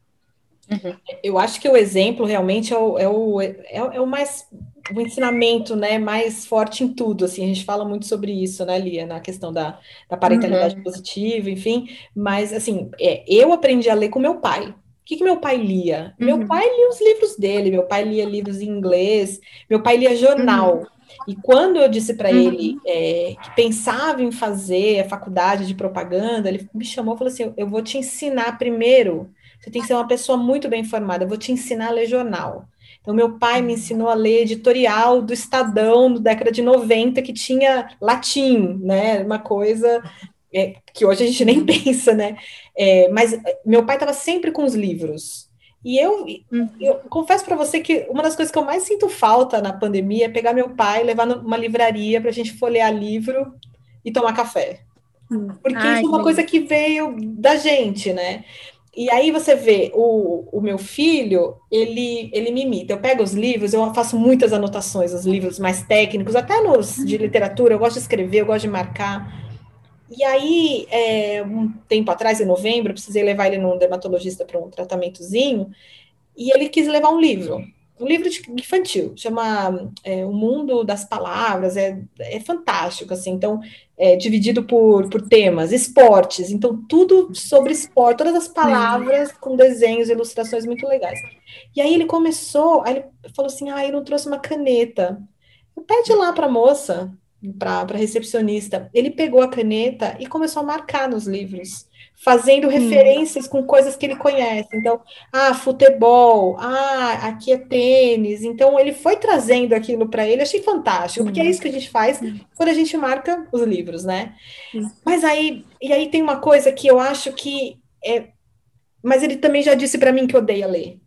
Uhum. Eu acho que o exemplo realmente é o, é o, é, é o mais, o ensinamento, né, mais forte em tudo, assim, a gente fala muito sobre isso, né, Lia, na questão da, da parentalidade uhum. positiva, enfim, mas, assim, é, eu aprendi a ler com meu pai. O que, que meu pai lia? Uhum. Meu pai lia os livros dele, meu pai lia livros em inglês, meu pai lia jornal. Uhum. E quando eu disse para uhum. ele é, que pensava em fazer a faculdade de propaganda, ele me chamou e falou assim: eu vou te ensinar primeiro, você tem que ser uma pessoa muito bem informada, eu vou te ensinar a ler jornal. Então, meu pai me ensinou a ler editorial do Estadão, da década de noventa, que tinha latim, né? Uma coisa é, que hoje a gente nem pensa, né? É, mas meu pai estava sempre com os livros. E eu, uhum. eu confesso para você que uma das coisas que eu mais sinto falta na pandemia é pegar meu pai, levar numa livraria para a gente folhear livro e tomar café. Porque Ai, isso é uma que coisa que veio da gente, né? E aí você vê, o, o meu filho, ele, ele me imita. Eu pego os livros, eu faço muitas anotações, os livros mais técnicos, até nos de literatura, eu gosto de escrever, eu gosto de marcar. E aí, é, um tempo atrás, em novembro, eu precisei levar ele num dermatologista para um tratamentozinho, e ele quis levar um livro, um livro de infantil, chama é, O Mundo das Palavras, é, é fantástico, assim, então, é dividido por, por temas, esportes, então, tudo sobre esporte, todas as palavras com desenhos, ilustrações muito legais. E aí ele começou, aí ele falou assim, ah, eu não trouxe uma caneta, pede lá para a moça, para a recepcionista, ele pegou a caneta e começou a marcar nos livros, fazendo referências hum. com coisas que ele conhece. Então, ah, futebol, ah, aqui é tênis. Então, ele foi trazendo aquilo para ele, achei fantástico, hum. porque é isso que a gente faz hum. quando a gente marca os livros, né? Hum. Mas aí, e aí tem uma coisa que eu acho que é... Mas ele também já disse para mim que odeia ler.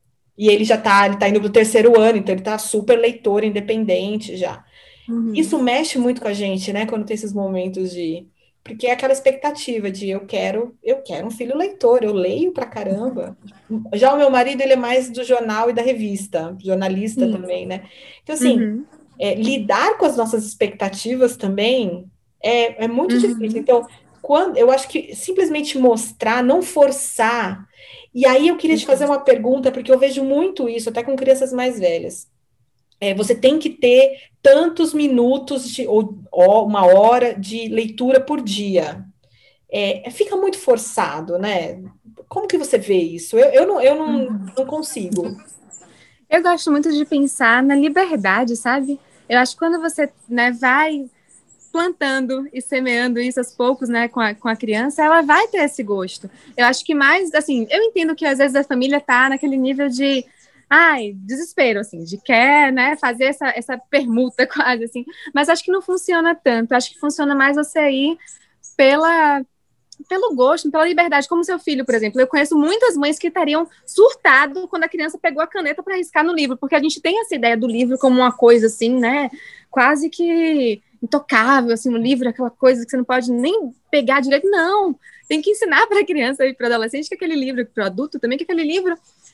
E ele já tá, ele tá indo pro terceiro ano, então ele tá super leitor, independente já. Uhum. Isso mexe muito com a gente, né? Quando tem esses momentos de... Porque é aquela expectativa de eu quero, eu quero um filho leitor, eu leio pra caramba. Já o meu marido, ele é mais do jornal e da revista, jornalista uhum. também, né? Então, assim, uhum. é, lidar com as nossas expectativas também é, é muito uhum. difícil. Então, quando, eu acho que simplesmente mostrar, não forçar. E aí eu queria te fazer uma pergunta, porque eu vejo muito isso, até com crianças mais velhas. É, você tem que ter tantos minutos de, ou, ou uma hora de leitura por dia. É, fica muito forçado, né? Como que você vê isso? Eu, eu, não, eu não, uhum. não consigo. Eu gosto muito de pensar na liberdade, sabe? Eu acho que quando você, né, vai plantando e semeando isso aos poucos, né, com a, com a criança, ela vai ter esse gosto. Eu acho que mais, assim, eu entendo que às vezes a família tá naquele nível de ai, desespero, assim, de quer, né, fazer essa, essa permuta quase, assim, mas acho que não funciona tanto, acho que funciona mais você ir pela, pelo gosto, pela liberdade, como seu filho, por exemplo. Eu conheço muitas mães que estariam surtado quando a criança pegou a caneta para riscar no livro, porque a gente tem essa ideia do livro como uma coisa assim, né, quase que intocável, assim, o livro, aquela coisa que você não pode nem pegar direito. Não, tem que ensinar para a criança e para o adolescente que aquele livro, para o adulto também, que aquele livro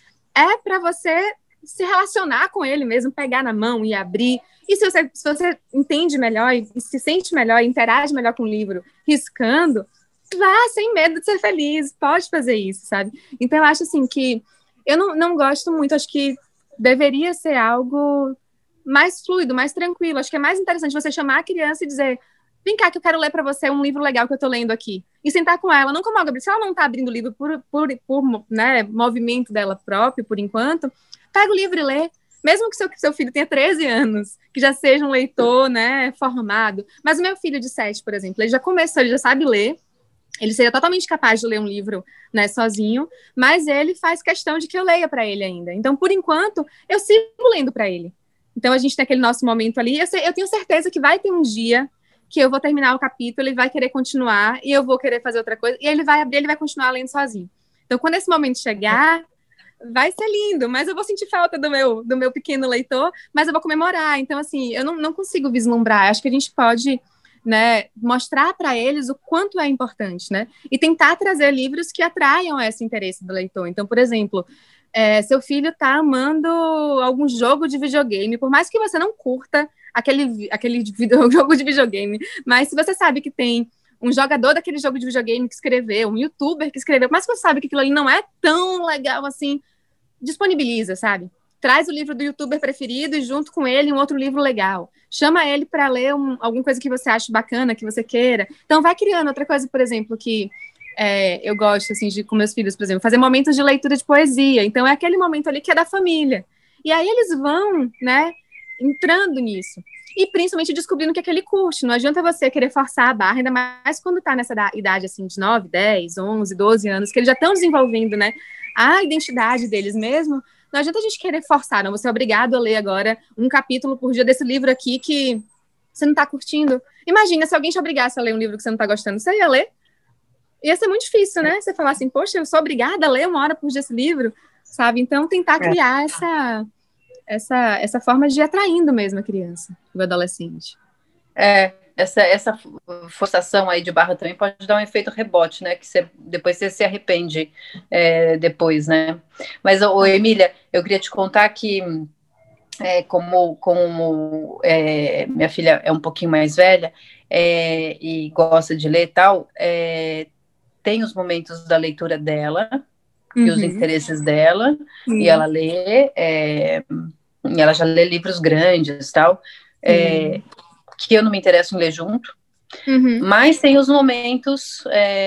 é para você se relacionar com ele mesmo, pegar na mão e abrir. E se você, se você entende melhor e se sente melhor, e interage melhor com o livro, riscando, vá sem medo de ser feliz, pode fazer isso, sabe? Então eu acho assim que eu não, não gosto muito, acho que deveria ser algo mais fluido, mais tranquilo. Acho que é mais interessante você chamar a criança e dizer: vem cá que eu quero ler para você um livro legal que eu tô lendo aqui. E sentar com ela, não como algo, se ela não tá abrindo o livro por, por, por né, movimento dela próprio, por enquanto, pega o livro e lê. Mesmo que seu, seu filho tenha treze anos, que já seja um leitor, né, formado. Mas o meu filho de sete, por exemplo, ele já começou, ele já sabe ler, ele seria totalmente capaz de ler um livro, né, sozinho, mas ele faz questão de que eu leia para ele ainda. Então, por enquanto, eu sigo lendo para ele. Então, a gente tem aquele nosso momento ali. Eu, sei, eu tenho certeza que vai ter um dia que eu vou terminar o capítulo, ele vai querer continuar, e eu vou querer fazer outra coisa, e ele vai abrir, ele vai continuar lendo sozinho. Então, quando esse momento chegar, vai ser lindo, mas eu vou sentir falta do meu, do meu pequeno leitor, mas eu vou comemorar. Então, assim, eu não, não consigo vislumbrar. Acho que a gente pode, né, mostrar para eles o quanto é importante, né? E tentar trazer livros que atraiam esse interesse do leitor. Então, por exemplo, é, seu filho está amando algum jogo de videogame, por mais que você não curta aquele, aquele video, jogo de videogame, mas se você sabe que tem um jogador daquele jogo de videogame que escreveu, um youtuber que escreveu, mas você sabe que aquilo ali não é tão legal assim, disponibiliza, sabe? Traz o livro do youtuber preferido e junto com ele um outro livro legal. Chama ele para ler um, alguma coisa que você acha bacana, que você queira. Então vai criando outra coisa, por exemplo, que é, eu gosto, assim, de, com meus filhos, por exemplo, fazer momentos de leitura de poesia. Então é aquele momento ali que é da família. E aí eles vão, né, entrando nisso. E principalmente descobrindo o que é que ele curte. Não adianta você querer forçar a barra, ainda mais quando tá nessa idade, assim, de nove, dez, onze, doze anos, que eles já estão desenvolvendo, né, a identidade deles mesmo. Não adianta a gente querer forçar, não. Você é obrigado a ler agora um capítulo por dia desse livro aqui que você não tá curtindo. Imagina se alguém te obrigasse a ler um livro que você não tá gostando. Você ia ler? Ia ser muito difícil, né? Você falar assim, poxa, eu sou obrigada a ler uma hora por dia esse livro, sabe? Então, tentar criar essa, essa, essa forma de ir atraindo mesmo a criança, o adolescente. É, essa, essa forçação aí de barra também pode dar um efeito rebote, né? Que você, depois você se arrepende é, depois, né? Mas, ô, Emília, eu queria te contar que, é, como, como é, minha filha é um pouquinho mais velha é, e gosta de ler e tal, é, tem os momentos da leitura dela e os Uhum. interesses dela, Sim. e ela lê, é, e ela já lê livros grandes e tal, é, que eu não me interesso em ler junto, Uhum. mas tem os momentos,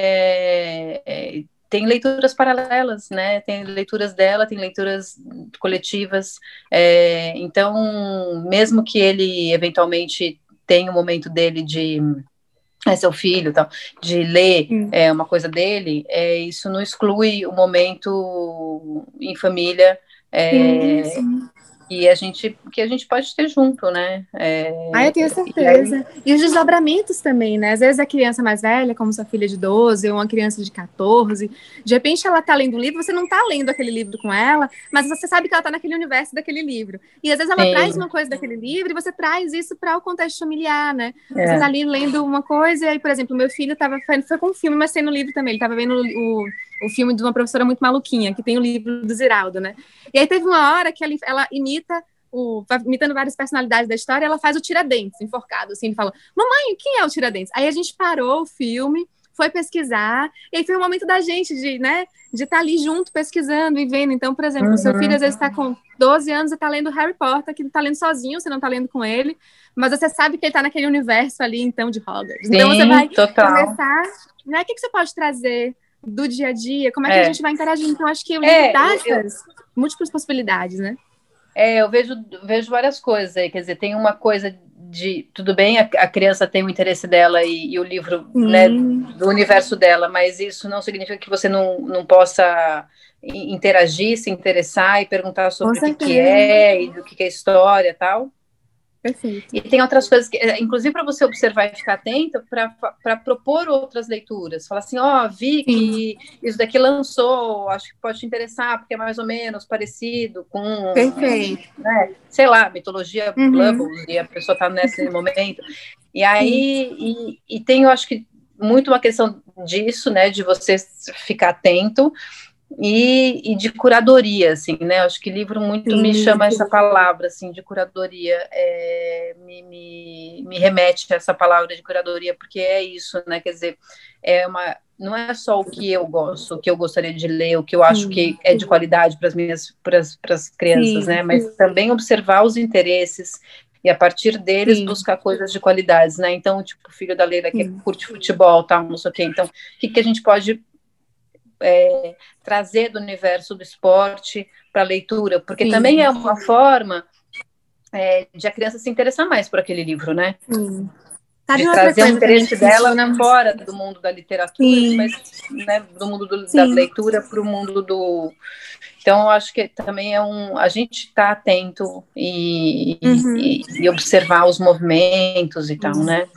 é, é, tem leituras paralelas, né? Tem leituras dela, tem leituras coletivas, é, então, mesmo que ele eventualmente tenha um momento dele de é seu filho, tal, de ler é, uma coisa dele, é, isso não exclui o momento em família é, Sim, sim. e a gente, que a gente pode ter junto, né? É, Ah, eu tenho certeza. E, aí... e os desdobramentos também, né? Às vezes a criança mais velha, como sua filha de doze, ou uma criança de quatorze, de repente ela tá lendo um livro, você não tá lendo aquele livro com ela, mas você sabe que ela tá naquele universo daquele livro. E às vezes ela Sim. traz uma coisa daquele livro e você traz isso para o contexto familiar, né? É. Você tá ali lendo uma coisa e aí, por exemplo, meu filho tava, foi com um filme, mas tem no livro também, ele tava vendo o, o filme de uma professora muito maluquinha, que tem o livro do Ziraldo, né? E aí teve uma hora que ela, ela imita O, imitando várias personalidades da história, ela faz o Tiradentes, enforcado, assim, ele fala, mamãe, quem é o Tiradentes? Aí a gente parou o filme, foi pesquisar, e aí foi um momento da gente, de, né, de estar ali junto, pesquisando e vendo. Então, por exemplo, uhum. seu filho às vezes está com doze anos e está lendo Harry Potter, que está lendo sozinho, você não está lendo com ele, mas você sabe que ele está naquele universo ali, então, de Hogwarts. Sim, então você vai total. começar, né, o que, que você pode trazer do dia a dia, como é que é. a gente vai interagir? Então, acho que o livro é, dá essas eu... múltiplas possibilidades, né? É, eu vejo, vejo várias coisas aí, quer dizer, tem uma coisa de, tudo bem, a, a criança tem o interesse dela e, e o livro, hum. né, do universo dela, mas isso não significa que você não, não possa interagir, se interessar e perguntar sobre o que, que é e do que, que é história e tal. Perfeito. E tem outras coisas, que, inclusive para você observar e ficar atento, para propor outras leituras. Falar assim, ó, oh, vi que Sim. isso daqui lançou, acho que pode te interessar, porque é mais ou menos parecido com... Perfeito. Né, sei lá, mitologia uhum. Blubbles, e a pessoa está nesse momento. E aí, e, e tem, eu acho que, muito uma questão disso, né, de você ficar atento, E, e de curadoria, assim, né? Acho que livro muito Sim. me chama essa palavra, assim, de curadoria, é, me, me, me remete a essa palavra de curadoria, porque é isso, né? Quer dizer, é uma, não é só o que eu gosto, o que eu gostaria de ler, o que eu acho Sim. que é de qualidade para as minhas para as crianças, Sim. né? Mas também observar os interesses e a partir deles Sim. buscar coisas de qualidades, né? Então, tipo, o filho da Leila que Sim. curte futebol, tal, não sei o quê. Então, o que, que a gente pode É, trazer do universo do esporte para a leitura, porque Sim. também é uma forma é, de a criança se interessar mais por aquele livro, né? Sim. De trazer o interesse dela fora do mundo da literatura, Sim. mas né, do mundo do, da leitura para o mundo do... Então, eu acho que também é um... A gente está atento e, uhum. e, e observar os movimentos e tal, uhum. né?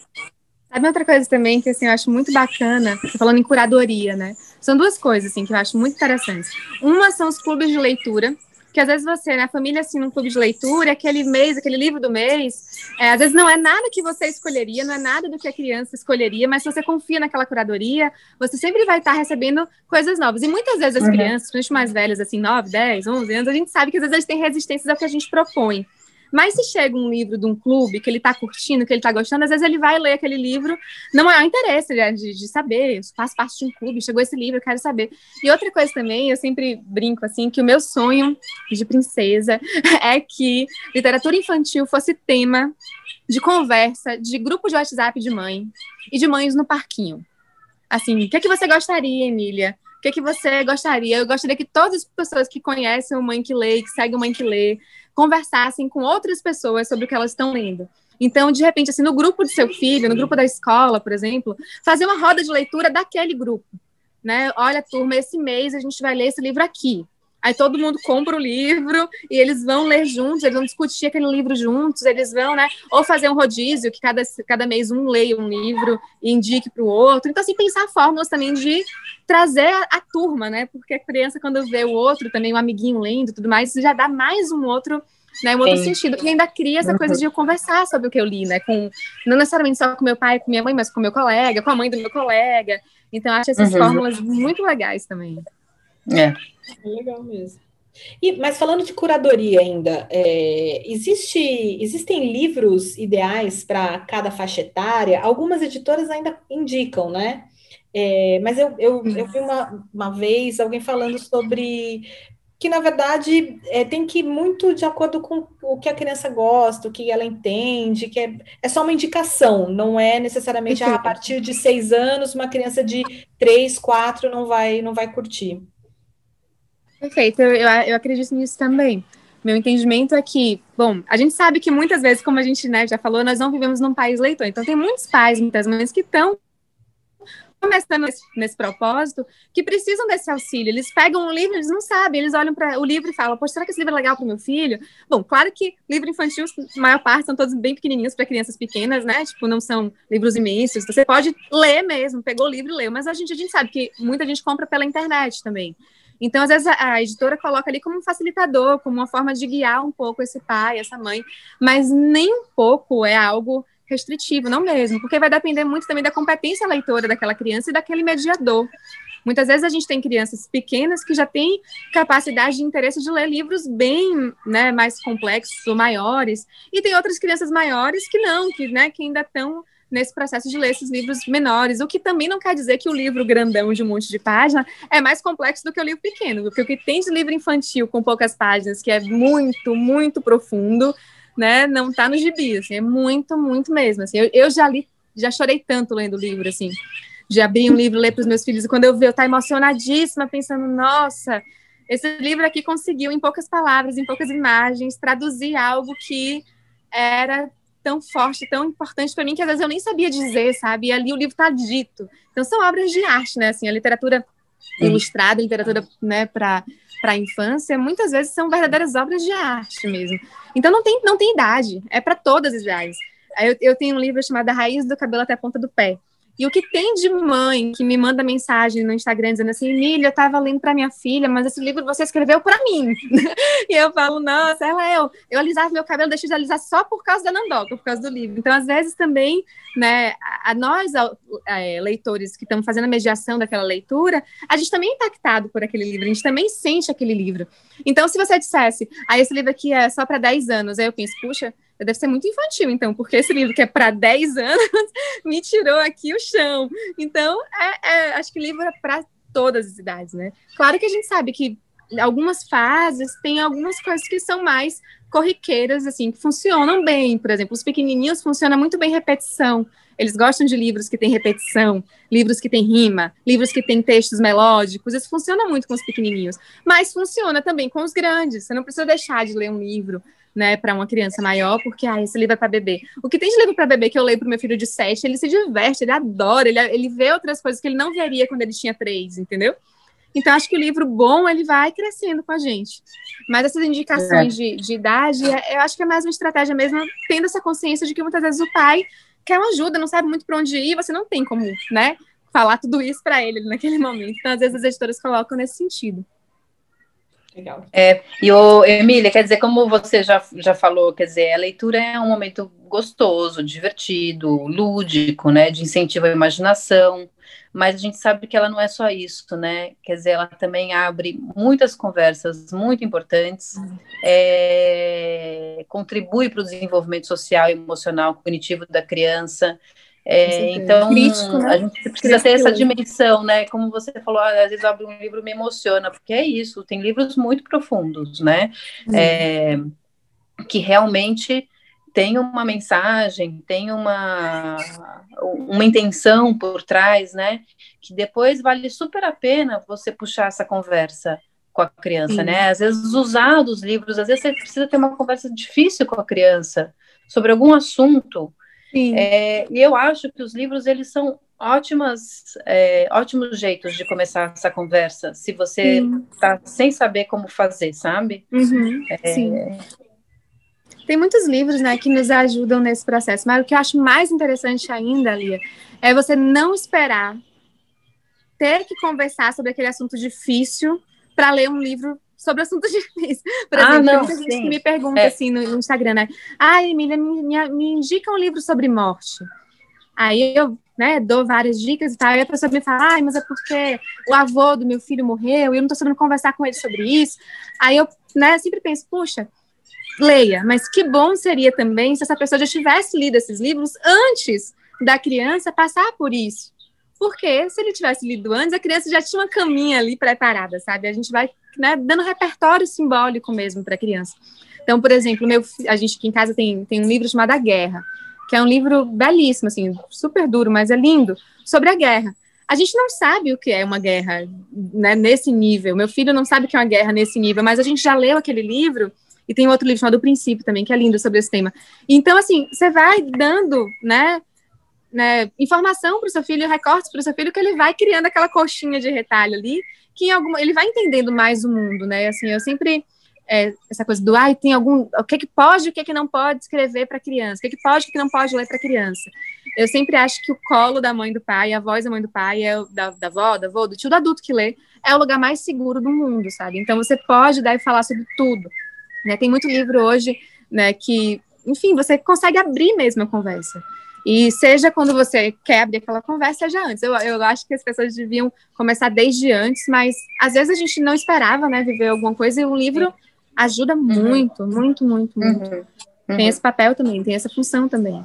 Sabe outra coisa também que, assim, eu acho muito bacana, falando em curadoria, né? São duas coisas, assim, que eu acho muito interessantes. Uma são os clubes de leitura, que às vezes você, né, a família, assim, num clube de leitura, aquele mês, aquele livro do mês, é, às vezes não é nada que você escolheria, não é nada do que a criança escolheria, mas se você confia naquela curadoria, você sempre vai estar recebendo coisas novas. E muitas vezes as uhum. crianças, principalmente mais velhas, assim, nove, dez, onze anos, a gente sabe que às vezes eles têm resistências ao que a gente propõe. Mas se chega um livro de um clube que ele está curtindo, que ele está gostando, às vezes ele vai ler aquele livro no maior interesse, né, de, de saber, faz parte de um clube, chegou esse livro, eu quero saber. E outra coisa também, eu sempre brinco assim, que o meu sonho de princesa é que literatura infantil fosse tema de conversa, de grupo de WhatsApp de mãe e de mães no parquinho. Assim, o que é que você gostaria, Emília? O que é que você gostaria? Eu gostaria que todas as pessoas que conhecem o Mãe que Lê, que seguem o Mãe que Lê, conversassem com outras pessoas sobre o que elas estão lendo. Então, de repente, assim, no grupo do seu filho, no grupo da escola, por exemplo, fazer uma roda de leitura daquele grupo, né? Olha, turma, esse mês a gente vai ler esse livro aqui. Aí todo mundo compra o livro e eles vão ler juntos, eles vão discutir aquele livro juntos, eles vão, né? Ou fazer um rodízio, que cada, cada mês um leia um livro e indique para o outro. Então, assim, pensar fórmulas também de trazer a, a turma, né? Porque a criança, quando vê o outro, também um amiguinho lendo e tudo mais, isso já dá mais um outro, né, um outro Sim. sentido. E ainda cria essa coisa de eu conversar sobre o que eu li, né? Com, não necessariamente só com meu pai, com minha mãe, mas com meu colega, com a mãe do meu colega. Então, eu acho essas uhum. fórmulas muito legais também. É. É legal mesmo. E, mas falando de curadoria ainda, é, existe, existem livros ideais para cada faixa etária? Algumas editoras ainda indicam, né? É, mas eu, eu, eu vi uma, uma vez alguém falando sobre que, na verdade, é, tem que ir muito de acordo com o que a criança gosta, o que ela entende, que é, é só uma indicação, não é necessariamente ah, a partir de seis anos, uma criança de três, quatro não vai, não vai curtir. Perfeito, eu, eu, eu acredito nisso também. Meu entendimento é que, bom, a gente sabe que muitas vezes, como a gente, né, já falou, nós não vivemos num país leitor. Então, tem muitos pais, muitas mães que estão começando nesse, nesse propósito, que precisam desse auxílio. Eles pegam um livro, eles não sabem, eles olham para o livro e falam, poxa, será que esse livro é legal para o meu filho? Bom, claro que livro infantil, a maior parte são todos bem pequenininhos para crianças pequenas, né? Tipo, não são livros imensos. Você pode ler mesmo, pegou o livro e leu, mas a gente, a gente sabe que muita gente compra pela internet também. Então, às vezes, a, a editora coloca ali como um facilitador, como uma forma de guiar um pouco esse pai, essa mãe, mas nem um pouco é algo restritivo, não mesmo, porque vai depender muito também da competência leitora daquela criança e daquele mediador. Muitas vezes a gente tem crianças pequenas que já têm capacidade de interesse de ler livros bem, né, mais complexos ou maiores, e tem outras crianças maiores que não, que, né, que ainda estão nesse processo de ler esses livros menores, o que também não quer dizer que o livro grandão de um monte de página é mais complexo do que o livro pequeno, porque o que tem de livro infantil com poucas páginas, que é muito, muito profundo, né, não tá no gibi, assim, é muito, muito mesmo, assim, eu, eu já li, já chorei tanto lendo o livro, assim, de abrir um livro, ler para os meus filhos, e quando eu vi, eu tá emocionadíssima, pensando, nossa, esse livro aqui conseguiu, em poucas palavras, em poucas imagens, traduzir algo que era tão forte, tão importante para mim, que às vezes eu nem sabia dizer, sabe? E ali o livro está dito. Então, são obras de arte, né? Assim, a literatura ilustrada, a literatura, né, para para a infância, muitas vezes são verdadeiras obras de arte mesmo. Então não tem, não tem idade, é para todas as idades. Eu, eu tenho um livro chamado A Raiz do Cabelo até a Ponta do Pé. E o que tem de mãe que me manda mensagem no Instagram dizendo assim, Emília, eu estava lendo para minha filha, mas esse livro você escreveu para mim. E eu falo, nossa, ela é eu. Eu alisava meu cabelo, deixei de alisar só por causa da Nandoca, por causa do livro. Então, às vezes, também, né, a, a nós, a, a, leitores que estamos fazendo a mediação daquela leitura, a gente também é impactado por aquele livro, a gente também sente aquele livro. Então, se você dissesse, ah, esse livro aqui é só para dez anos, aí eu penso, puxa, deve ser muito infantil, então, porque esse livro que é para dez anos me tirou aqui o chão. Então, é, é, acho que o livro é para todas as idades, né? Claro que a gente sabe que algumas fases tem algumas coisas que são mais corriqueiras, assim, que funcionam bem. Por exemplo, os pequenininhos funcionam muito bem repetição. Eles gostam de livros que têm repetição, livros que têm rima, livros que têm textos melódicos. Isso funciona muito com os pequenininhos. Mas funciona também com os grandes. Você não precisa deixar de ler um livro, né, para uma criança maior, porque ah, esse livro é para bebê. O que tem de livro para bebê que eu leio para o meu filho de sete, ele se diverte, ele adora, ele, ele vê outras coisas que ele não veria quando ele tinha três, entendeu? Então, acho que o livro bom, ele vai crescendo com a gente. Mas essas indicações é. de, de idade, eu acho que é mais uma estratégia mesmo, tendo essa consciência de que muitas vezes o pai quer uma ajuda, não sabe muito para onde ir, você não tem como, né, falar tudo isso para ele naquele momento. Então, às vezes, as editoras colocam nesse sentido. Legal. É, e o Emília, quer dizer, como você já, já falou, quer dizer, a leitura é um momento gostoso, divertido, lúdico, né, de incentivo à imaginação, mas a gente sabe que ela não é só isso, né, quer dizer, ela também abre muitas conversas muito importantes, é, contribui para o desenvolvimento social, emocional, cognitivo da criança. É, então, Crítico, né? A gente precisa Crítico ter essa dimensão, né? Como você falou, às vezes abre um livro e me emociona, porque é isso, tem livros muito profundos, né? Uhum. É, que realmente tem uma mensagem, tem uma, uma intenção por trás, né? Que depois vale super a pena você puxar essa conversa com a criança, Sim. né? Às vezes usar dos livros, às vezes você precisa ter uma conversa difícil com a criança sobre algum assunto. É, e eu acho que os livros, eles são ótimas, é, ótimos jeitos de começar essa conversa, se você está sem saber como fazer, sabe? Uhum, é... Sim. Tem muitos livros, né, que nos ajudam nesse processo, mas o que eu acho mais interessante ainda, Lia, é você não esperar ter que conversar sobre aquele assunto difícil para ler um livro sobre assuntos difíceis. Por exemplo, ah, não, tem muita gente que me pergunta é. assim no, no Instagram, né? Ah, Emília, me, me, me indica um livro sobre morte. Aí eu, né, dou várias dicas e tal, e a pessoa me fala, ah, mas é porque o avô do meu filho morreu e eu não estou sabendo conversar com ele sobre isso. Aí eu, né, sempre penso, puxa, leia, mas que bom seria também se essa pessoa já tivesse lido esses livros antes da criança passar por isso. Porque se ele tivesse lido antes, a criança já tinha uma caminha ali preparada, sabe? A gente vai, né, dando repertório simbólico mesmo para a criança. Então, por exemplo, meu, a gente aqui em casa tem, tem um livro chamado A Guerra, que é um livro belíssimo, assim, super duro, mas é lindo, sobre a guerra. A gente não sabe o que é uma guerra, né, nesse nível. Meu filho não sabe o que é uma guerra nesse nível, mas a gente já leu aquele livro, e tem outro livro chamado O Princípio também, que é lindo sobre esse tema. Então, assim, você vai dando, né, Né, informação para o seu filho, recortes para o seu filho, que ele vai criando aquela coxinha de retalho ali, que em alguma, ele vai entendendo mais o mundo, né? Assim, eu sempre é, essa coisa do ai, tem algum, o que que pode, o que que não pode escrever para criança, o que que pode, o que que não pode ler para criança. Eu sempre acho que o colo da mãe do pai, a voz da mãe do pai, é o, da, da avó, da avó, do tio, do adulto que lê, é o lugar mais seguro do mundo, sabe? Então você pode dar e falar sobre tudo, né? Tem muito livro hoje, né, que, enfim, você consegue abrir mesmo a conversa. E seja quando você quer abrir aquela conversa, seja antes. Eu, eu acho que as pessoas deviam começar desde antes, mas às vezes a gente não esperava, né, viver alguma coisa, e o livro ajuda muito, uhum. muito, muito, muito. Uhum. Uhum. Tem esse papel também, tem essa função também.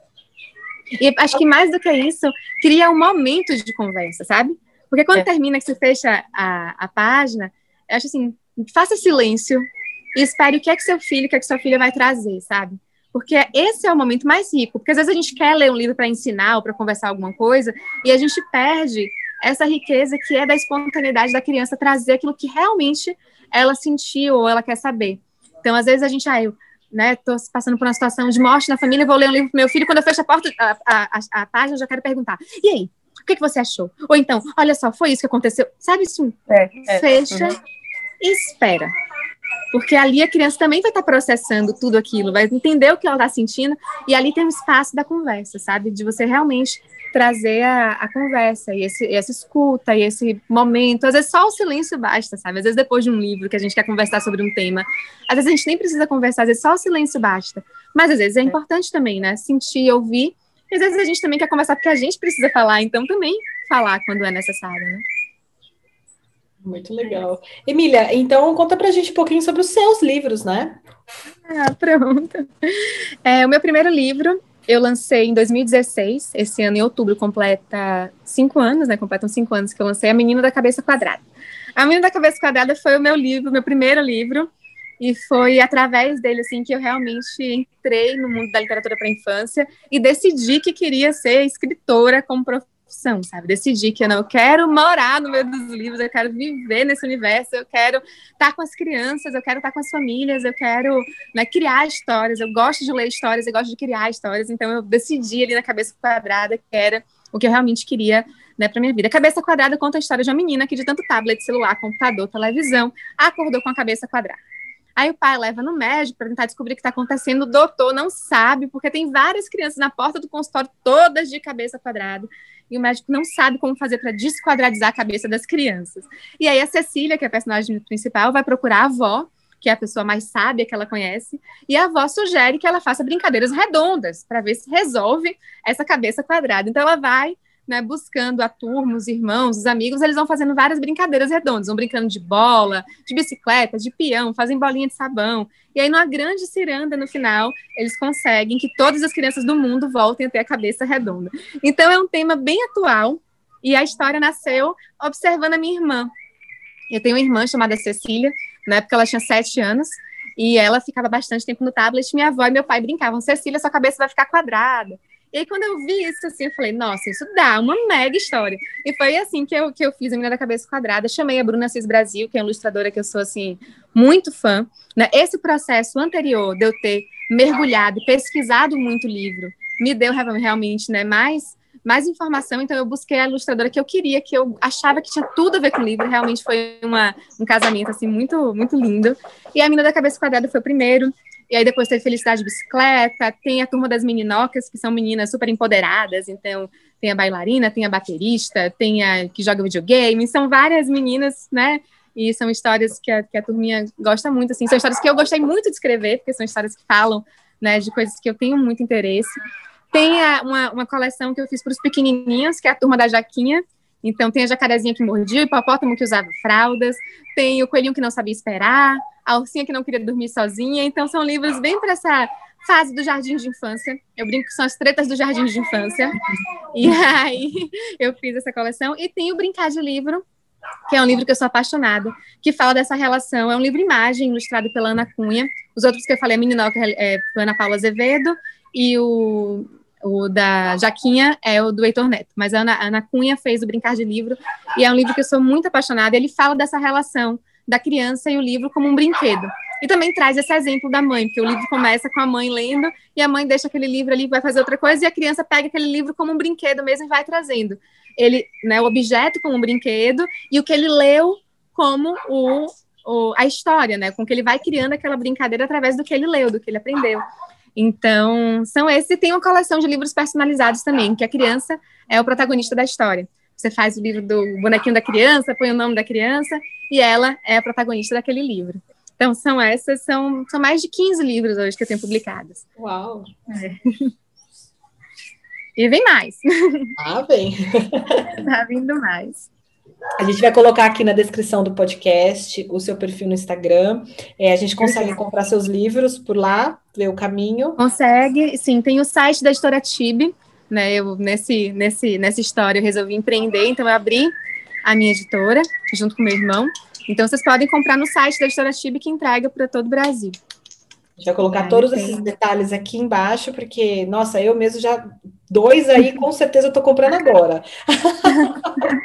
E acho que mais do que isso, cria um momento de conversa, sabe? Porque quando é. termina, que você fecha a, a página, eu acho assim, faça silêncio e espere o que é que seu filho, o que é que sua filha vai trazer, sabe? Porque esse é o momento mais rico, porque às vezes a gente quer ler um livro para ensinar ou para conversar alguma coisa, e a gente perde essa riqueza que é da espontaneidade da criança trazer aquilo que realmente ela sentiu ou ela quer saber. Então, às vezes a gente, ah, eu né, tô passando por uma situação de morte na família, vou ler um livro pro meu filho, quando eu fecho a porta, a, a, a, a página, eu já quero perguntar, e aí, o que, que você achou? Ou então, olha só, foi isso que aconteceu, sabe isso? É, é. Fecha, uhum. e espera. Porque ali a criança também vai estar processando tudo aquilo, vai entender o que ela está sentindo, e ali tem um espaço da conversa, sabe? De você realmente trazer a, a conversa, e esse, essa escuta, e esse momento. Às vezes só o silêncio basta, sabe? Às vezes depois de um livro que a gente quer conversar sobre um tema, às vezes a gente nem precisa conversar, às vezes só o silêncio basta. Mas às vezes é importante também, né? Sentir, ouvir, e às vezes a gente também quer conversar porque a gente precisa falar, então também falar quando é necessário, né? Muito legal. Emília, então conta pra gente um pouquinho sobre os seus livros, né? Ah, pronto. É, o meu primeiro livro eu lancei em dois mil e dezesseis, esse ano em outubro completa cinco anos, né? Completam cinco anos que eu lancei A Menina da Cabeça Quadrada. A Menina da Cabeça Quadrada foi o meu livro, meu primeiro livro, e foi através dele, assim, que eu realmente entrei no mundo da literatura para a infância e decidi que queria ser escritora como profissão, sabe? Decidi que eu não quero morar no meio dos livros, eu quero viver nesse universo, eu quero estar com as crianças, eu quero estar com as famílias, eu quero, né, criar histórias, eu gosto de ler histórias, eu gosto de criar histórias, então eu decidi ali na Cabeça Quadrada que era o que eu realmente queria, né, para minha vida. A Cabeça Quadrada conta a história de uma menina que de tanto tablet, celular, computador, televisão, acordou com a cabeça quadrada. Aí o pai leva no médico para tentar descobrir o que está acontecendo, o doutor não sabe, porque tem várias crianças na porta do consultório, todas de cabeça quadrada, e o médico não sabe como fazer para desquadradizar a cabeça das crianças. E aí a Cecília, que é a personagem principal, vai procurar a avó, que é a pessoa mais sábia que ela conhece, e a avó sugere que ela faça brincadeiras redondas, para ver se resolve essa cabeça quadrada. Então ela vai, né, buscando a turma, os irmãos, os amigos, eles vão fazendo várias brincadeiras redondas, vão brincando de bola, de bicicleta, de peão, fazem bolinha de sabão, e aí numa grande ciranda no final, eles conseguem que todas as crianças do mundo voltem a ter a cabeça redonda. Então é um tema bem atual, e a história nasceu observando a minha irmã. Eu tenho uma irmã chamada Cecília, na época ela tinha sete anos, e ela ficava bastante tempo no tablet, minha avó e meu pai brincavam, Cecília, sua cabeça vai ficar quadrada. E aí, quando eu vi isso, assim, eu falei, nossa, isso dá uma mega história. E foi assim que eu, que eu fiz A Menina da Cabeça Quadrada. Chamei a Bruna Assis Brasil, que é uma ilustradora que eu sou, assim, muito fã. Né? Esse processo anterior de eu ter mergulhado e pesquisado muito o livro me deu realmente, né, mais, mais informação. Então, eu busquei a ilustradora que eu queria, que eu achava que tinha tudo a ver com o livro. Realmente foi uma, um casamento, assim, muito, muito lindo. E A Menina da Cabeça Quadrada foi o primeiro. E aí depois teve Felicidade de Bicicleta, tem a Turma das Meninocas, que são meninas super empoderadas, então tem a bailarina, tem a baterista, tem a que joga videogame, são várias meninas, né, e são histórias que a, que a turminha gosta muito, assim, são histórias que eu gostei muito de escrever, porque são histórias que falam, né, de coisas que eu tenho muito interesse. Tem a, uma, uma coleção que eu fiz para os pequenininhos, que é a Turma da Jaquinha. Então, tem a jacarezinha que mordia, o hipopótamo que usava fraldas, tem o coelhinho que não sabia esperar, a ursinha que não queria dormir sozinha. Então, são livros bem para essa fase do jardim de infância. Eu brinco que são as tretas do jardim de infância. E aí, eu fiz essa coleção. E tem o Brincar de Livro, que é um livro que eu sou apaixonada, que fala dessa relação. É um livro-imagem ilustrado pela Ana Cunha. Os outros que eu falei, a Meninoca é pela Ana Paula Azevedo, e o... O da Jaquinha é o do Heitor Neto, mas a Ana, a Ana Cunha fez o Brincar de Livro, e é um livro que eu sou muito apaixonada. Ele fala dessa relação da criança e o livro como um brinquedo. E também traz esse exemplo da mãe, porque o livro começa com a mãe lendo, e a mãe deixa aquele livro ali, vai fazer outra coisa, e a criança pega aquele livro como um brinquedo mesmo e vai trazendo. Ele, né, o objeto como um brinquedo, e o que ele leu como o, o, a história, né, com que ele vai criando aquela brincadeira através do que ele leu, do que ele aprendeu. Então, são esses. E tem uma coleção de livros personalizados também, que a criança é o protagonista da história. Você faz o livro do bonequinho da criança, põe o nome da criança, e ela é a protagonista daquele livro. Então, são essas, são, são mais de quinze livros hoje que eu tenho publicados. Uau! É. E vem mais. Ah, vem. Tá vindo mais. A gente vai colocar aqui na descrição do podcast o seu perfil no Instagram. É, a gente consegue comprar seus livros por lá, ver o caminho. Consegue, sim. Tem o site da Editora Tibe, né? Eu, nesse, nesse, nessa história, eu resolvi empreender, então eu abri a minha editora, junto com meu irmão. Então, vocês podem comprar no site da Editora Tibe, que entrega para todo o Brasil. A gente vai colocar é, todos tem... esses detalhes aqui embaixo, porque, nossa, eu mesmo já... Dois aí, com certeza, eu estou comprando agora.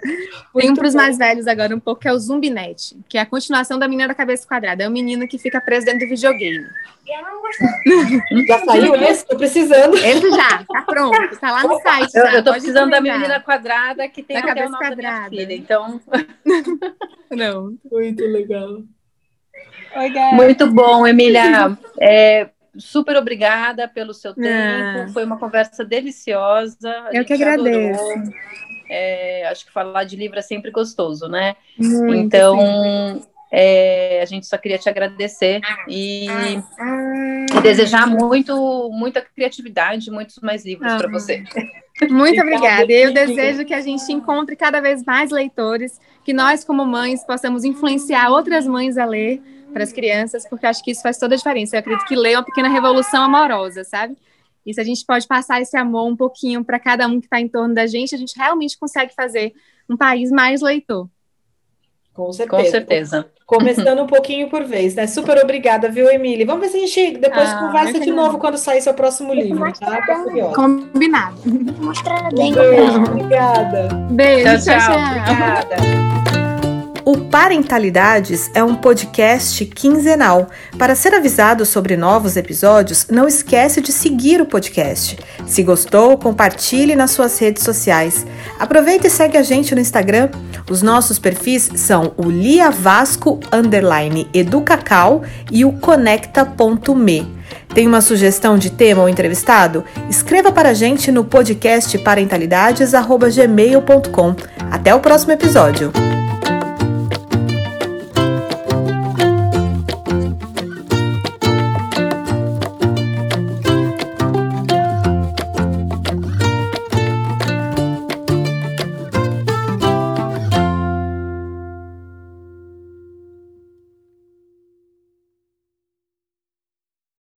Tem um para os mais velhos agora um pouco, que é o Zumbinete, que é a continuação da Menina da Cabeça Quadrada. É um menino que fica preso dentro do videogame. Já saiu esse? Tô precisando. Esse já, tá pronto, tá lá no site. Eu, já, eu tô pode precisando da comentar. Menina Quadrada, que tem Da até Cabeça o nome da minha Quadrada. filha, então... Não. Muito legal. Oi, Gabi. Muito bom, Emília. É, super obrigada pelo seu tempo. Ah. Foi uma conversa deliciosa. A Eu gente que agradeço. adorou. É, acho que falar de livro é sempre gostoso, né? Muito, então, é, a gente só queria te agradecer e, e desejar muito, muita criatividade, muitos mais livros ah. para você. Muito obrigada. Eu desejo que a gente encontre cada vez mais leitores, que nós, como mães, possamos influenciar outras mães a ler para as crianças, porque eu acho que isso faz toda a diferença. Eu acredito que ler é uma pequena revolução amorosa, sabe? E se a gente pode passar esse amor um pouquinho para cada um que está em torno da gente, a gente realmente consegue fazer um país mais leitor. Com certeza. Com certeza. Começando um pouquinho por vez, né? Super obrigada, viu, Emília? Vamos ver se a gente depois ah, conversa de novo quando sair seu próximo livro, tá? Combinado. Mostra bem. Um beijo, obrigada. Beijo, tchau, tchau. tchau. Obrigada. O Parentalidades é um podcast quinzenal. Para ser avisado sobre novos episódios, não esquece de seguir o podcast. Se gostou, compartilhe nas suas redes sociais. Aproveita e segue a gente no Instagram. Os nossos perfis são o Lia Vasco underline Educacau e o conecta ponto me. Tem uma sugestão de tema ou entrevistado? Escreva para a gente no podcast parentalidades arroba gmail ponto com. Até o próximo episódio.